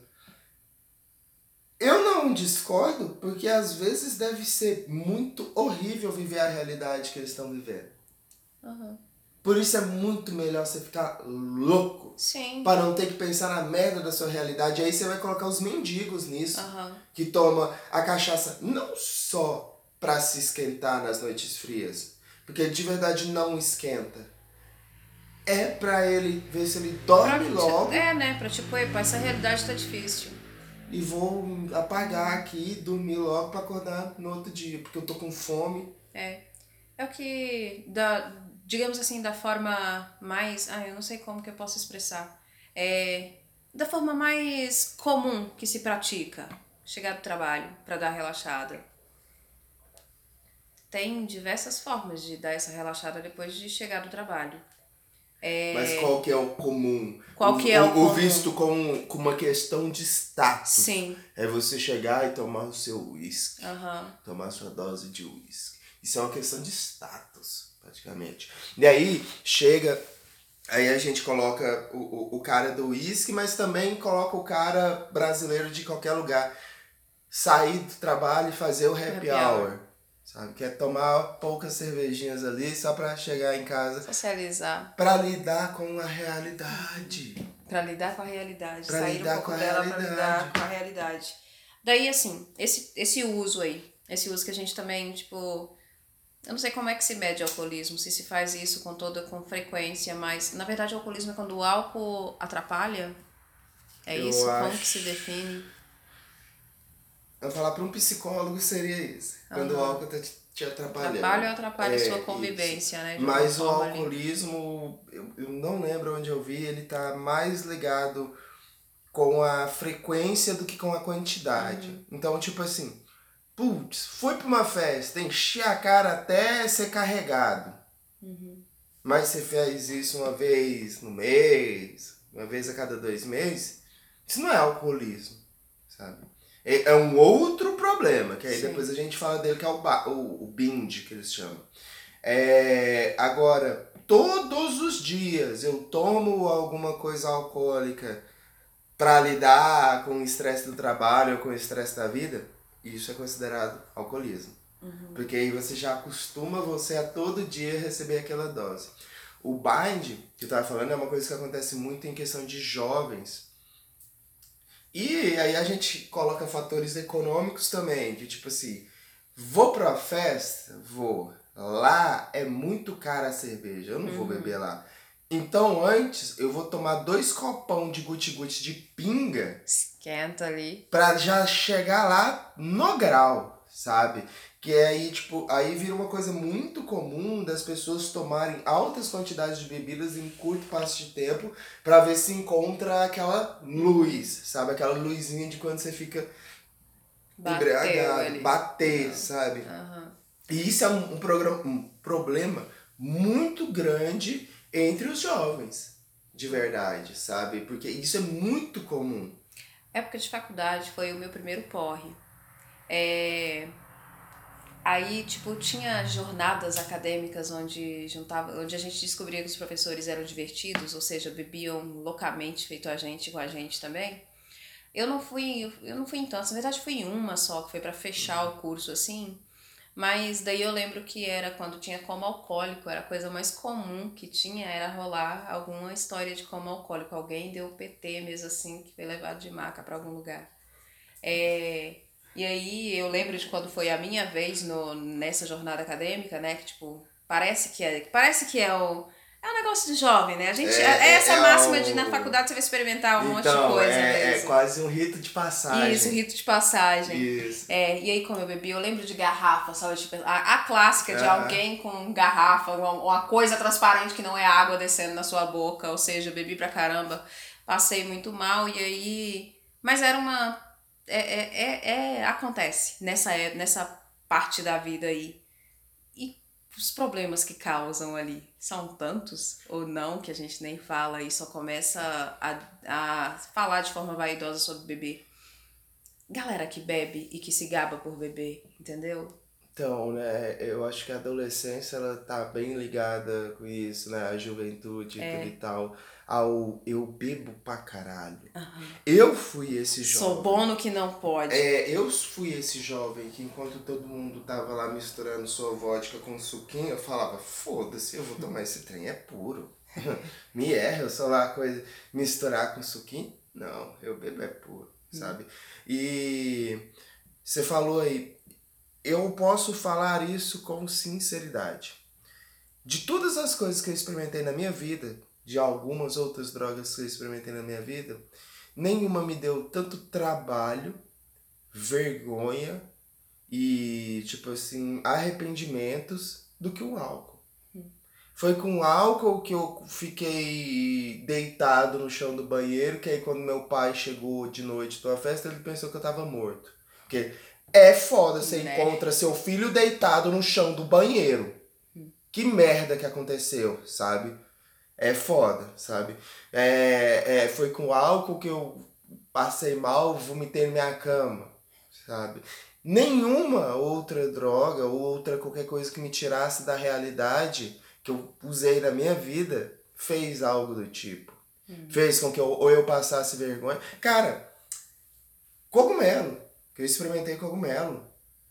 B: Eu não discordo, porque às vezes deve ser muito horrível viver a realidade que eles estão vivendo.
A: Uhum.
B: Por isso é muito melhor você ficar louco.
A: Sim.
B: Para não ter que pensar na merda da sua realidade. Aí você vai colocar os mendigos nisso.
A: Uhum.
B: Que toma a cachaça não só para se esquentar nas noites frias. Porque de verdade não esquenta. É pra ele ver se ele dorme
A: pra,
B: logo.
A: É, né? Pra tipo, epa, essa realidade tá difícil.
B: e vou apagar aqui, dormir logo pra acordar no outro dia, porque eu tô com fome.
A: É. É o que, da, digamos assim, da forma mais. Ah, eu não sei como que eu posso expressar. É, da forma mais comum que se pratica. Chegar do trabalho pra dar relaxada. Tem diversas formas de dar essa relaxada depois de chegar do trabalho.
B: Mas qual que é o comum?
A: Qual
B: O,
A: que é o
B: o, o
A: comum?
B: visto como, como uma questão de status.
A: Sim.
B: É você chegar e tomar o seu uísque.
A: Aham.
B: Tomar sua dose de uísque. Isso é uma questão de status, praticamente. E aí, chega... Aí a gente coloca o, o, o cara do uísque, mas também coloca o cara brasileiro de qualquer lugar. Sair do trabalho e fazer o happy,
A: Happy hour.
B: hour. Sabe? Que é tomar poucas cervejinhas ali só pra chegar em casa.
A: Socializar.
B: Pra lidar com a realidade.
A: Pra lidar com a realidade.
B: Pra
A: Sair
B: lidar
A: um pouco
B: com a
A: dela pra
B: realidade.
A: lidar com a realidade. Daí, assim, esse, esse uso aí. Esse uso que a gente também, tipo... Eu não sei como é que se mede alcoolismo, se se faz isso com toda com frequência, mas na verdade o alcoolismo é quando o álcool atrapalha? É
B: Eu
A: isso? Como
B: acho-
A: que se define?
B: Eu falar pra um psicólogo seria isso. Quando o
A: Aham.
B: álcool tá te, te atrapalhando.
A: Atrapalha ou atrapalha
B: É,
A: sua
B: isso.
A: convivência, né? De
B: Mas o
A: alguma forma ali.
B: alcoolismo, eu, eu não lembro onde eu vi, ele tá mais ligado com a frequência do que com a quantidade.
A: Uhum.
B: Então, tipo assim, putz, fui pra uma festa, enchi a cara até ser carregado.
A: Uhum.
B: Mas você fez isso uma vez no mês, uma vez a cada dois meses, isso não é alcoolismo, sabe? É, é um outro problema, que aí
A: Sim.
B: depois a gente fala dele, que é o, ba- o, o binge, que eles chamam. É, agora, todos os dias eu tomo alguma coisa alcoólica para lidar com o estresse do trabalho ou com o estresse da vida, isso é considerado alcoolismo.
A: Uhum.
B: Porque aí você já acostuma você a todo dia receber aquela dose. O bind, que eu tava falando, é uma coisa que acontece muito em questão de jovens. E aí a gente coloca fatores econômicos também, de tipo assim, vou pra festa? Vou. Lá é muito cara a cerveja, eu não vou
A: Uhum.
B: beber lá. Então antes eu vou tomar dois copão de guti-guti de pinga
A: Esquenta ali.
B: pra já chegar lá no grau, sabe? Que é aí, tipo, aí vira uma coisa muito comum das pessoas tomarem altas quantidades de bebidas em curto espaço de tempo pra ver se encontra aquela luz, sabe? Aquela luzinha de quando você fica
A: Bateu
B: embriagado,
A: ali.
B: bater,
A: Não.
B: sabe?
A: Aham.
B: E isso é um, um, programa, um problema muito grande entre os jovens, de verdade, sabe? Porque isso é muito comum.
A: Época de faculdade foi o meu primeiro porre. É... Aí, tipo, tinha jornadas acadêmicas onde juntava, onde a gente descobria que os professores eram divertidos, ou seja, bebiam loucamente, feito a gente com a gente também. Eu não fui, eu não fui em tantas, na verdade fui em uma só, que foi pra fechar o curso assim. Mas daí eu lembro que era quando tinha coma alcoólico, era a coisa mais comum que tinha, era rolar alguma história de coma alcoólico. Alguém deu P T mesmo assim, que foi levado de maca pra algum lugar. É, e aí eu lembro de quando foi a minha vez no, nessa jornada acadêmica, né? Que tipo, parece que é. Parece que é o. É um negócio de jovem, né? A gente. É,
B: É,
A: é
B: é,
A: essa
B: é
A: máxima de
B: o...
A: na faculdade você vai experimentar um monte de
B: Então,
A: coisa
B: é, é
A: mesmo.
B: quase um rito de passagem.
A: Isso, rito de passagem.
B: Isso.
A: É, e aí, como eu bebi, eu lembro de garrafa, sabe? Tipo, a, a clássica de
B: Aham.
A: alguém com garrafa, uma, uma coisa transparente que não é água descendo na sua boca, ou seja, eu bebi pra caramba, passei muito mal, e aí. Mas era uma. É, é, é, é- acontece nessa, é- nessa parte da vida aí. E os problemas que causam ali são tantos ou não que a gente nem fala e só começa a, a falar de forma vaidosa sobre beber. Galera que bebe e que se gaba por beber, entendeu?
B: Então, né, eu acho que a adolescência, ela tá bem ligada com isso, né, a juventude e tudo e tal, ao eu bebo pra caralho.
A: Aham.
B: Eu fui esse jovem.
A: Sou bom no que não pode.
B: É, eu fui esse jovem que enquanto todo mundo tava lá misturando sua vodka com suquinho, eu falava, foda-se, eu vou tomar esse trem, é puro. Me erra, eu sou lá coisa, misturar com suquinho? Não, eu bebo é puro, sabe? E você falou aí, eu posso falar isso com sinceridade. De todas as coisas que eu experimentei na minha vida, de algumas outras drogas que eu experimentei na minha vida, nenhuma me deu tanto trabalho, vergonha e, tipo assim, arrependimentos do que o álcool. Foi com o álcool que eu fiquei deitado no chão do banheiro, que aí quando meu pai chegou de noite pra festa, ele pensou que eu tava morto. Porque é foda, você
A: Né?
B: encontra seu filho deitado no chão do banheiro. Que merda que aconteceu, sabe? É foda, sabe? É, é, foi com álcool que eu passei mal, vomitei na minha cama, sabe? Nenhuma outra droga ou outra qualquer coisa que me tirasse da realidade que eu usei na minha vida fez algo do tipo. Hum. Fez com que eu, ou eu passasse vergonha. Cara, cogumelo, que eu experimentei cogumelo.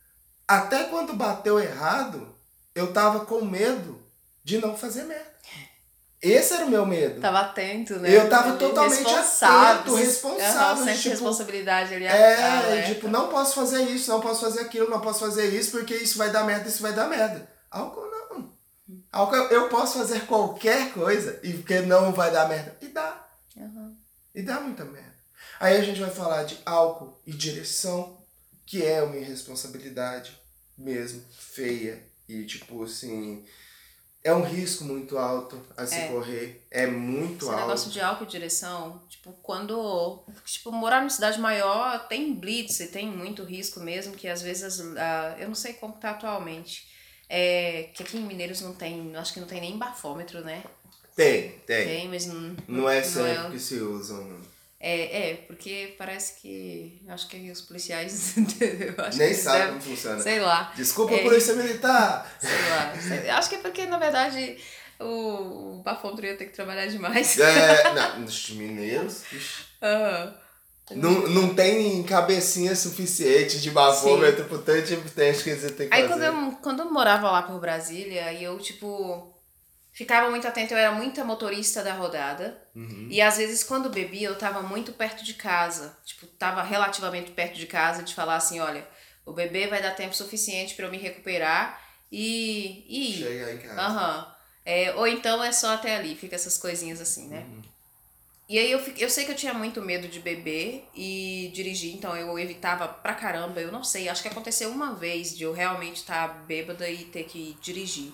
B: Até quando bateu errado, eu tava com medo de não fazer merda. Esse era o meu medo.
A: Tava atento, né?
B: Eu tava totalmente atento, responsável.
A: Uhum, sempre
B: tipo,
A: responsabilidade ali.
B: É, tipo, não posso fazer isso, não posso fazer aquilo, não posso fazer isso, porque isso vai dar merda, isso vai dar merda. Álcool não. Álcool eu posso fazer qualquer coisa e porque não vai dar merda. E dá. Uhum. E dá muita merda. Aí a gente vai falar de álcool e direção, que é uma irresponsabilidade mesmo, feia. E tipo assim... É um risco muito alto a se é. correr. É muito
A: Esse
B: alto.
A: Esse negócio de álcool e direção, tipo, quando... Tipo, morar numa cidade maior tem blitz e tem muito risco mesmo, que às vezes... Uh, eu não sei como tá atualmente. É, que aqui em Mineiros não tem... Acho que não tem nem bafômetro, né?
B: Tem, tem.
A: Tem, mas não...
B: Não é sempre não é... que se usam.
A: É, é, porque parece que... Acho que os policiais... eu acho
B: Nem
A: que
B: sabe
A: devem,
B: como funciona.
A: Sei lá.
B: Desculpa,
A: é,
B: polícia militar!
A: Sei lá. Sei, acho que é porque, na verdade, o, o bafômetro ia ter que trabalhar demais.
B: É, não, nos mineiros...
A: Uhum.
B: Não, não tem cabecinha suficiente de bafômetro pro tanto de teste que você tem que
A: Aí,
B: fazer.
A: Aí quando eu, quando eu morava lá por Brasília, eu, tipo... Ficava muito atenta, eu era muita motorista da rodada. Uhum. E às vezes quando bebia eu tava muito perto de casa. Tipo, tava relativamente perto de casa de falar assim, olha, o bebê vai dar tempo suficiente pra eu me recuperar e, e ir.
B: Chegar em casa.
A: Uhum. É, ou então é só até ali, fica essas coisinhas assim, né? Uhum. E aí eu, eu sei que eu tinha muito medo de beber e dirigir, então eu evitava pra caramba. Eu não sei, acho que aconteceu uma vez de eu realmente estar bêbada e ter que dirigir.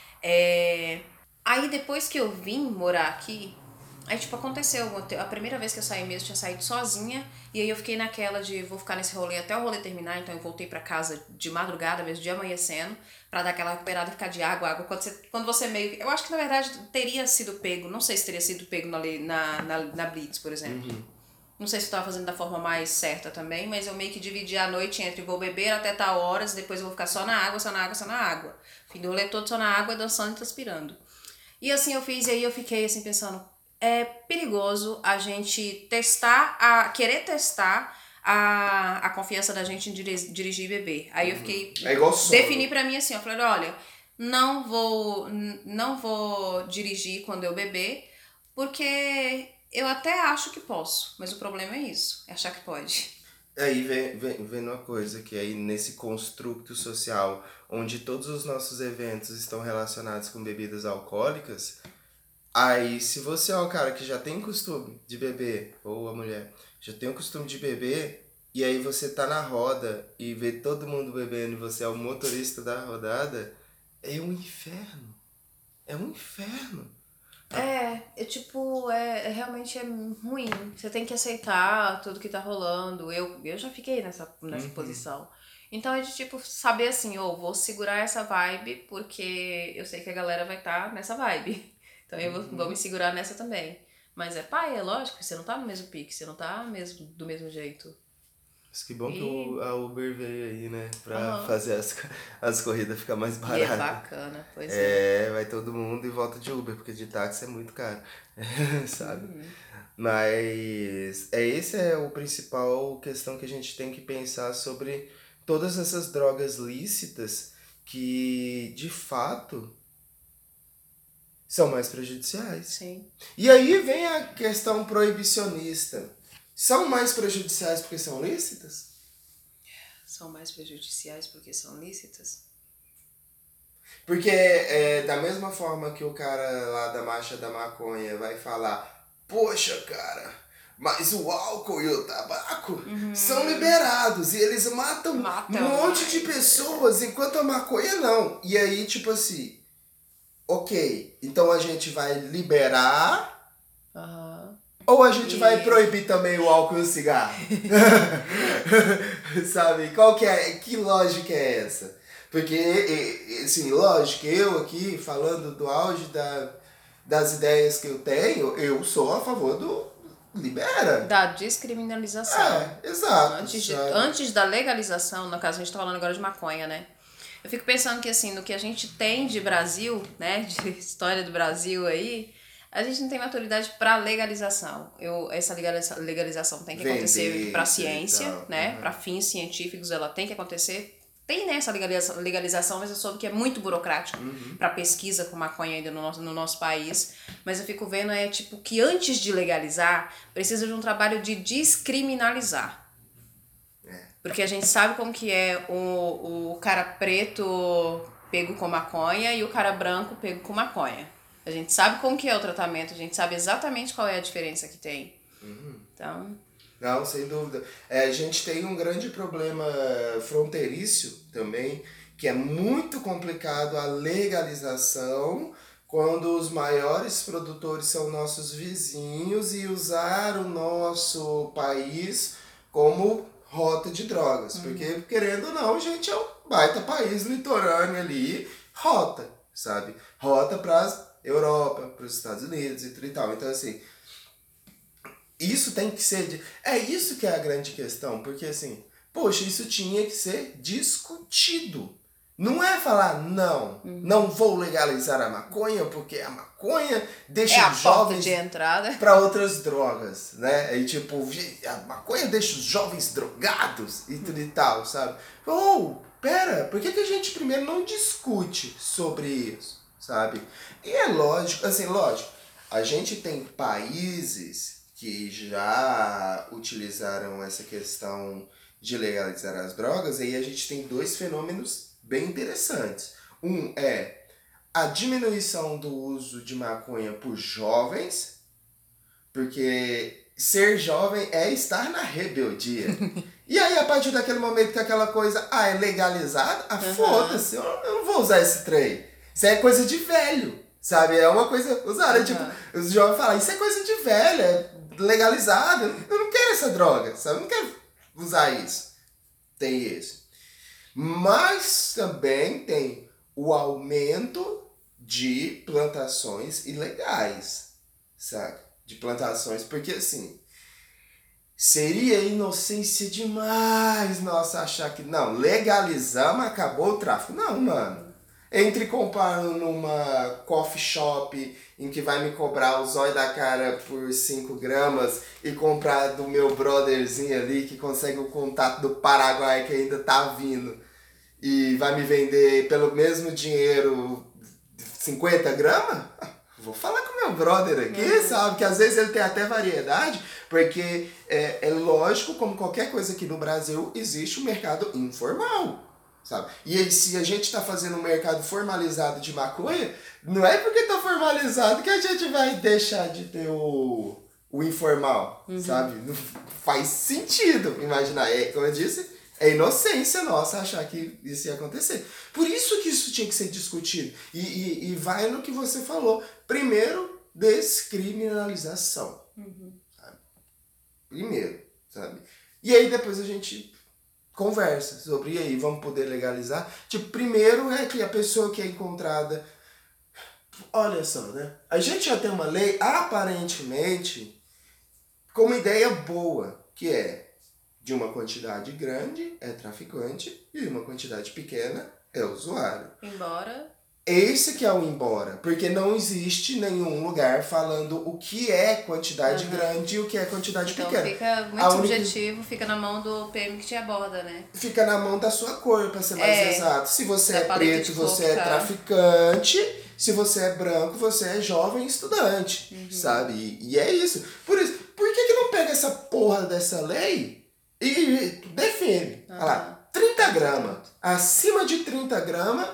A: É... Aí depois que eu vim morar aqui, aí tipo aconteceu, a primeira vez que eu saí mesmo, eu tinha saído sozinha, e aí eu fiquei naquela de vou ficar nesse rolê até o rolê terminar, então eu voltei pra casa de madrugada mesmo, de amanhecendo, pra dar aquela recuperada e ficar de água, água, quando você, quando você meio, eu acho que na verdade teria sido pego, não sei se teria sido pego na, na, na, na Blitz, por exemplo. Uhum. Não sei se eu tava fazendo da forma mais certa também, mas eu meio que dividi a noite entre vou beber até tal horas, depois eu vou ficar só na água, só na água, só na água. Fim do rolê todo só na água, dançando e transpirando. E assim eu fiz, e aí eu fiquei assim pensando, é perigoso a gente testar, a querer testar a, a confiança da gente em dirigir e beber. Aí eu fiquei,
B: é igual
A: defini pra mim assim, eu falei, olha, não vou, não vou dirigir quando eu beber, porque eu até acho que posso, mas o problema é isso, é achar que pode.
B: Aí vem, vem, vem uma coisa, que aí nesse construto social, onde todos os nossos eventos estão relacionados com bebidas alcoólicas, aí se você é o cara que já tem costume de beber, ou a mulher, já tem o costume de beber, e aí você tá na roda e vê todo mundo bebendo e você é o motorista da rodada, é um inferno. É um inferno.
A: É, é tipo, é, é realmente é ruim. Você tem que aceitar tudo que tá rolando. Eu, eu já fiquei nessa, nessa uhum. posição. Então é de tipo, saber assim, ou oh, vou segurar essa vibe porque eu sei que a galera vai estar tá nessa vibe. Então eu vou, uhum. vou me segurar nessa também. Mas é pai, é lógico, você não tá no mesmo pique, você não tá mesmo, do mesmo jeito.
B: Mas que bom e... que o, a Uber veio aí, né? Pra
A: uhum.
B: fazer as, as corridas ficar mais baratas.
A: E é bacana, pois é.
B: É, vai todo mundo e volta de Uber, porque de táxi é muito caro, sabe? Uhum. Mas é, esse é o principal questão que a gente tem que pensar sobre todas essas drogas lícitas que, de fato, são mais prejudiciais.
A: Sim.
B: E aí vem a questão proibicionista. São mais prejudiciais porque são lícitas?
A: São mais prejudiciais porque são lícitas?
B: Porque é, da mesma forma que o cara lá da marcha da maconha vai falar, poxa, cara, Mas o álcool e o tabaco uhum. são liberados e eles matam, matam um monte de pessoas, enquanto a maconha não. E aí, tipo assim, ok, então a gente vai liberar uhum. ou a gente e... vai proibir também o álcool e o cigarro? Sabe? Qual que é? Que lógica é essa? Porque, assim, lógico, eu aqui falando do auge da, das ideias que eu tenho, eu sou a favor do libera.
A: Da descriminalização.
B: É, exato.
A: Antes, de, antes da legalização, no caso a gente tá falando agora de maconha, né? Eu fico pensando que assim, no que a gente tem de Brasil, né, de história do Brasil aí, a gente não tem maturidade para legalização. Eu, essa legalização tem que Vender, acontecer para ciência, tal. né? Uhum. Para fins científicos ela tem que acontecer. Tem né, essa legalização, mas eu soube que é muito burocrático uhum. para pesquisa com maconha ainda no nosso, no nosso país. Mas eu fico vendo, é tipo, que antes de legalizar, precisa de um trabalho de descriminalizar. É. Porque a gente sabe como que é o, o cara preto pego com maconha e o cara branco pego com maconha. A gente sabe como que é o tratamento, a gente sabe exatamente qual é a diferença que tem. Uhum. Então...
B: Não, sem dúvida. É, a gente tem um grande problema fronteiriço também, que é muito complicado a legalização quando os maiores produtores são nossos vizinhos e usar o nosso país como rota de drogas. Uhum. Porque, querendo ou não, a gente é um baita país litorâneo ali, rota, sabe? Rota para a Europa, para os Estados Unidos e tudo e tal. Então, assim... Isso tem que ser... De... É isso que é a grande questão, porque assim, poxa, isso tinha que ser discutido. Não é falar, não, uhum. não vou legalizar a maconha, porque a maconha deixa
A: é
B: os jovens
A: de
B: para outras drogas, né? E tipo, a maconha deixa os jovens drogados e tudo e tal, sabe? Ou, oh, pera, por que, que a gente primeiro não discute sobre isso, sabe? E é lógico, assim, lógico, a gente tem países... que já utilizaram essa questão de legalizar as drogas, aí a gente tem dois fenômenos bem interessantes. Um é a diminuição do uso de maconha por jovens, porque ser jovem é estar na rebeldia. E aí, a partir daquele momento que aquela coisa, ah, é legalizada, ah, uhum. foda-se, eu, eu não vou usar esse trem. Isso é coisa de velho, sabe? É uma coisa usada, uhum. tipo, os jovens falam, isso é coisa de velho, é legalizado, eu não quero essa droga, sabe? Eu não quero usar isso. Tem isso. Mas também tem o aumento de plantações ilegais, sabe? De plantações, porque assim, seria inocência demais, nossa, achar que não, legalizamos, acabou o tráfico. Não, mano. Entre comprar numa coffee shop em que vai me cobrar o zóio da cara por cinco gramas e comprar do meu brotherzinho ali que consegue o contato do Paraguai que ainda tá vindo e vai me vender pelo mesmo dinheiro cinquenta gramas, vou falar com meu brother aqui, uhum. sabe? Que às vezes ele tem até variedade, porque é, é lógico, como qualquer coisa aqui no Brasil, existe um mercado informal. Sabe? E aí, se a gente está fazendo um mercado formalizado de maconha, não é porque está formalizado que a gente vai deixar de ter o, o informal, uhum. sabe? Não faz sentido imaginar. É, como eu disse, é inocência nossa achar que isso ia acontecer. Por isso que isso tinha que ser discutido. E, e, e vai no que você falou. Primeiro, descriminalização. Uhum. Sabe? Primeiro, sabe? E aí depois a gente... conversa sobre, e aí, vamos poder legalizar? Tipo, primeiro é que a pessoa que é encontrada... Olha só, né? A gente já tem uma lei, aparentemente, com uma ideia boa, que é de uma quantidade grande é traficante e uma quantidade pequena é usuário.
A: Embora...
B: Esse que é o embora, porque não existe nenhum lugar falando o que é quantidade uhum. grande e o que é quantidade
A: então,
B: pequena.
A: Então fica muito subjetivo, única... fica na mão do P M que te aborda, né?
B: Fica na mão da sua cor, pra ser mais é, exato. Se você é preto, você é traficante. Se você é branco, você é jovem estudante, uhum. sabe? E, e é isso. Por isso, por que que não pega essa porra dessa lei e define? Uhum. Olha lá, trinta gramas. Acima de trinta gramas,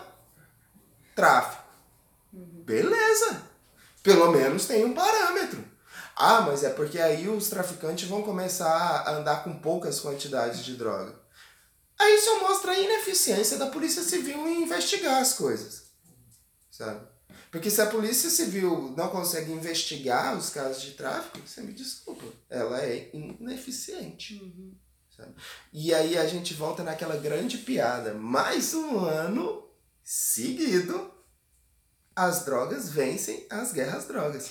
B: tráfico. Uhum. Beleza. Pelo menos tem um parâmetro. Ah, mas é porque aí os traficantes vão começar a andar com poucas quantidades de droga. Aí só mostra a ineficiência da Polícia Civil em investigar as coisas, sabe? Porque se a Polícia Civil não consegue investigar os casos de tráfico, você me desculpa, ela é ineficiente.
A: Uhum.
B: Sabe? E aí a gente volta naquela grande piada. Mais um ano seguido, as drogas vencem as guerras drogas.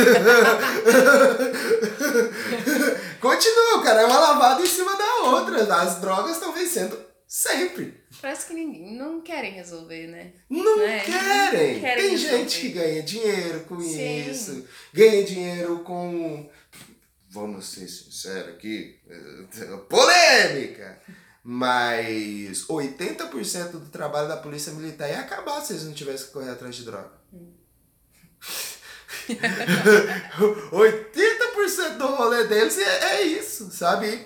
B: Continua, cara, é uma lavada em cima da outra. As drogas estão vencendo sempre.
A: Parece que ninguém não querem resolver, né?
B: Não
A: É,
B: querem.
A: não querem
B: Tem
A: resolver.
B: gente que ganha dinheiro com
A: Sim.
B: isso. Ganha dinheiro com... Vamos ser sinceros aqui. Polêmica! Mas oitenta por cento do trabalho da polícia militar ia acabar se eles não tivessem que correr atrás de droga. Hum. oitenta por cento do rolê deles é, é isso, sabe?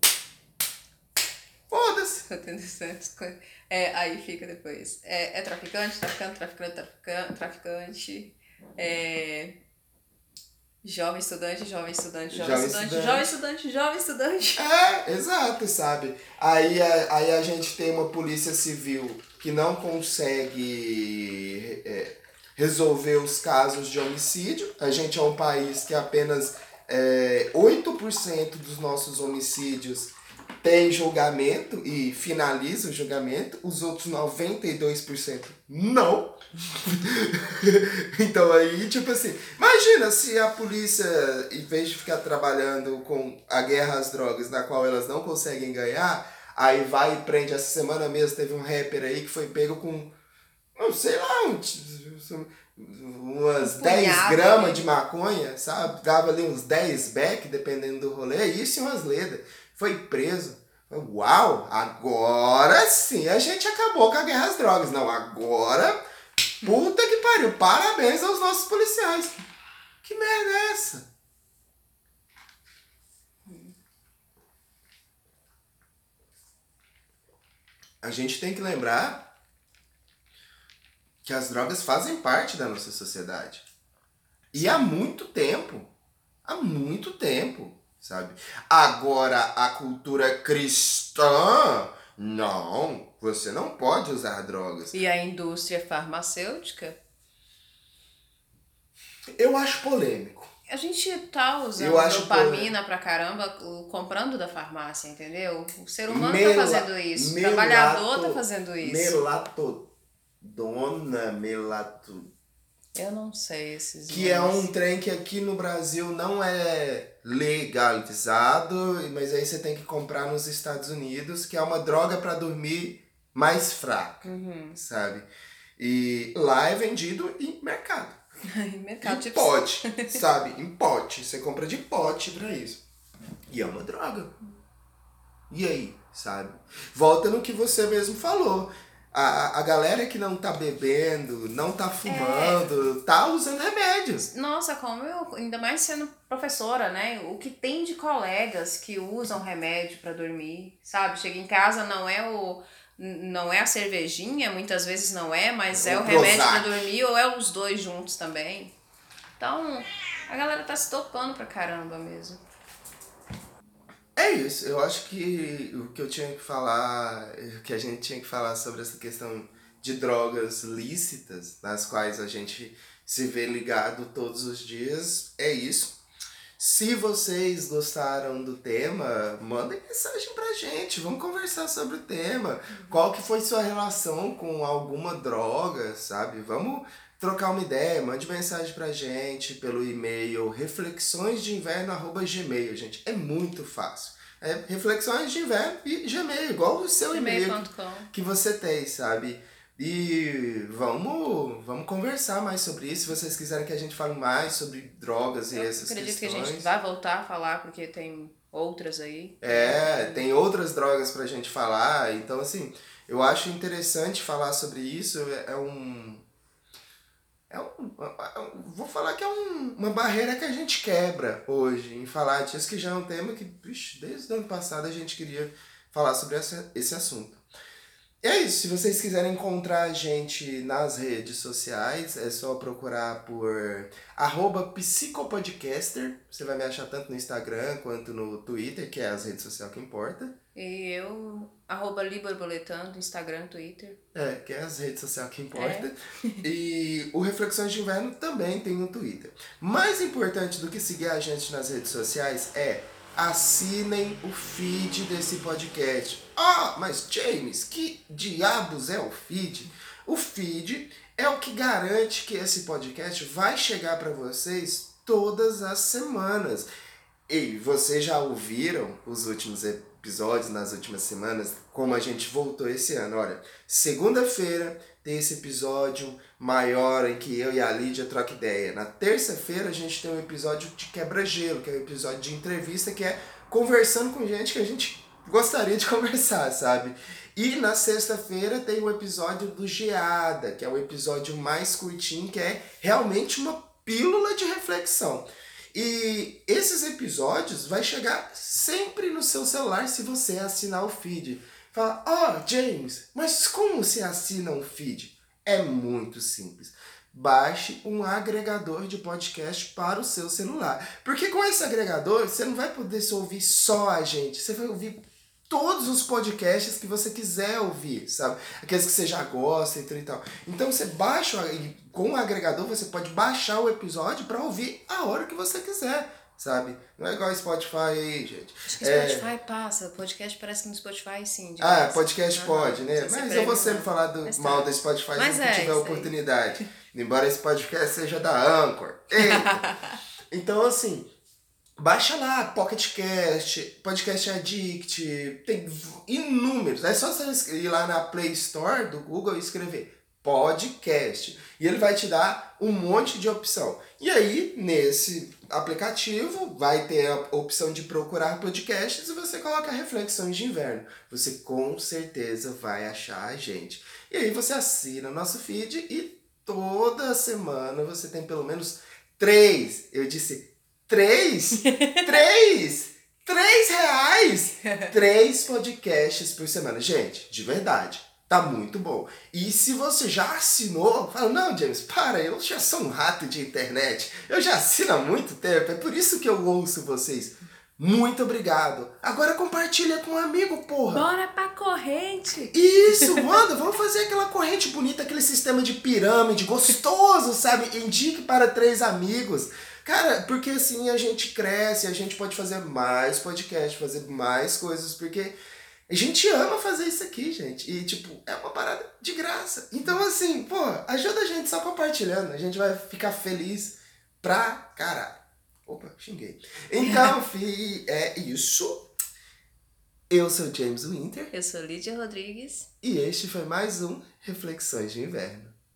B: Foda-se.
A: É, aí fica depois. É, é traficante, traficante, traficante, traficante, traficante. É... Jovem estudante, jovem estudante, jovem, jovem estudante, estudante, jovem estudante, jovem estudante.
B: É, exato, sabe? Aí a, aí a gente tem uma polícia civil que não consegue é, resolver os casos de homicídio. A gente é um país que apenas é, oito por cento dos nossos homicídios tem julgamento e finaliza o julgamento. Os outros noventa e dois por cento não. Então aí, tipo assim, imagina se a polícia, em vez de ficar trabalhando com a guerra às drogas, na qual elas não conseguem ganhar, aí vai e prende. Essa semana mesmo teve um rapper aí que foi pego com, não sei lá, um, umas um dez gramas de maconha, sabe? Dava ali uns dez beck, dependendo do rolê, isso e umas ledas. Foi preso. Uau, agora sim a gente acabou com a guerra às drogas. Não, agora... Puta que pariu, parabéns aos nossos policiais. Que merda é essa? A gente tem que lembrar que as drogas fazem parte da nossa sociedade. E há muito tempo. Há muito tempo, sabe? Agora, a cultura cristã... Não, você não pode usar drogas.
A: E a indústria farmacêutica? Eu
B: acho polêmico.
A: A gente tá usando dopamina pra caramba comprando da farmácia, entendeu? O ser humano Mela, tá fazendo isso, melato, o trabalhador tá fazendo isso.
B: Melatodona, melato...
A: Eu não sei esses
B: Que nomes. É um trem que aqui no Brasil não é legalizado, mas aí você tem que comprar nos Estados Unidos, que é uma droga para dormir mais fraca, uhum. sabe? E lá é vendido em mercado.
A: em mercado,
B: em
A: tipo...
B: pote, sabe? Em pote. Você compra de pote pra isso. E é uma droga. E aí, sabe? Volta no que você mesmo falou. A, a galera que não tá bebendo, não tá fumando, é. tá usando remédios.
A: Nossa, como eu, ainda mais sendo professora, né? O que tem de colegas que usam remédio pra dormir, sabe? Chega em casa, não é o... Não é a cervejinha, muitas vezes não é, mas é, é o remédio pra dormir ou é os dois juntos também. Então, a galera tá se topando pra caramba mesmo.
B: É isso, eu acho que o que eu tinha que falar, o que a gente tinha que falar sobre essa questão de drogas lícitas, nas quais a gente se vê ligado todos os dias, é isso. Se vocês gostaram do tema, mandem mensagem pra gente, vamos conversar sobre o tema. Qual que foi sua relação com alguma droga, sabe? Vamos trocar uma ideia, mande mensagem pra gente pelo e-mail reflexões de inverno arroba gmail, gente. É muito fácil. É reflexões de inverno e Gmail, igual o seu e-mail que, que você tem, sabe? E vamos, vamos conversar mais sobre isso. Se vocês quiserem que a gente fale mais sobre drogas e
A: Eu
B: essas questões.
A: acredito que a gente vai voltar a falar, porque tem outras aí.
B: É, tem outras drogas pra gente falar. Então, assim, eu acho interessante falar sobre isso. É um... É um, vou falar que é um, uma barreira que a gente quebra hoje em falar disso, que já é um tema que, bicho, desde o ano passado a gente queria falar sobre essa, esse assunto. é isso, se vocês quiserem encontrar a gente nas redes sociais, é só procurar por arroba psicopodcaster. Você vai me achar tanto no Instagram quanto no Twitter, que é as redes sociais que importa.
A: E eu, arroba Liborboletando, Instagram, Twitter.
B: É, que é as redes sociais que importa.
A: É.
B: E o Reflexões de Inverno também tem no Twitter. Mais importante do que seguir a gente nas redes sociais é assinem o feed desse podcast. Ah, mas James, que diabos é o feed? O feed é o que garante que esse podcast vai chegar para vocês todas as semanas. E vocês já ouviram os últimos episódios nas últimas semanas, como a gente voltou esse ano. Olha, segunda-feira tem esse episódio maior em que eu e a Lídia trocam ideia. Na terça-feira a gente tem um episódio de quebra-gelo, que é um episódio de entrevista, que é conversando com gente que a gente gostaria de conversar, sabe? E na sexta-feira tem o episódio do Geada, que é o episódio mais curtinho, que é realmente uma pílula de reflexão. E esses episódios vai chegar sempre no seu celular se você assinar o feed. Fala, ó, oh, James, mas como se assina um feed? É muito simples. Baixe um agregador de podcast para o seu celular. Porque com esse agregador, você não vai poder só ouvir só a gente. Você vai ouvir todos os podcasts que você quiser ouvir, sabe? Aqueles que você já gosta e tal. Então você baixa, com o agregador você pode baixar o episódio para ouvir a hora que você quiser, sabe? Não é igual Spotify aí, gente.
A: Acho que Spotify é... passa, podcast parece que no Spotify sim.
B: Ah, graça. Podcast uhum. pode, né? Mas eu vou sempre falar do Mas mal tá. da Spotify se é, tiver oportunidade. Embora esse podcast seja da Anchor. Eita. Então, assim... Baixa lá, Pocket Cast, Podcast Addict, tem inúmeros. É só você ir lá na Play Store do Google e escrever podcast. E ele vai te dar um monte de opção. E aí, nesse aplicativo, vai ter a opção de procurar podcasts e você coloca Reflexões de Inverno. Você com certeza vai achar a gente. E aí você assina o nosso feed e toda semana você tem pelo menos três, eu disse Três? Três? Três reais? Três podcasts por semana. Gente, de verdade, tá muito bom. E se você já assinou, fala, não, James, para, eu já sou um rato de internet. Eu já assino há muito tempo, é por isso que eu ouço vocês. Muito obrigado. Agora compartilha com um amigo, porra.
A: Bora pra corrente.
B: Isso, manda, vamos fazer aquela corrente bonita, aquele sistema de pirâmide gostoso, sabe? Indique para três amigos. Cara, porque assim a gente cresce, a gente pode fazer mais podcast, fazer mais coisas, porque a gente ama fazer isso aqui, gente. E, tipo, é uma parada de graça. Então, assim, pô, ajuda a gente só compartilhando. A gente vai ficar feliz pra caralho. Opa, xinguei. Então, fi, é isso. Eu sou James Winter.
A: Eu sou Lídia Rodrigues.
B: E este foi mais um Reflexões de Inverno.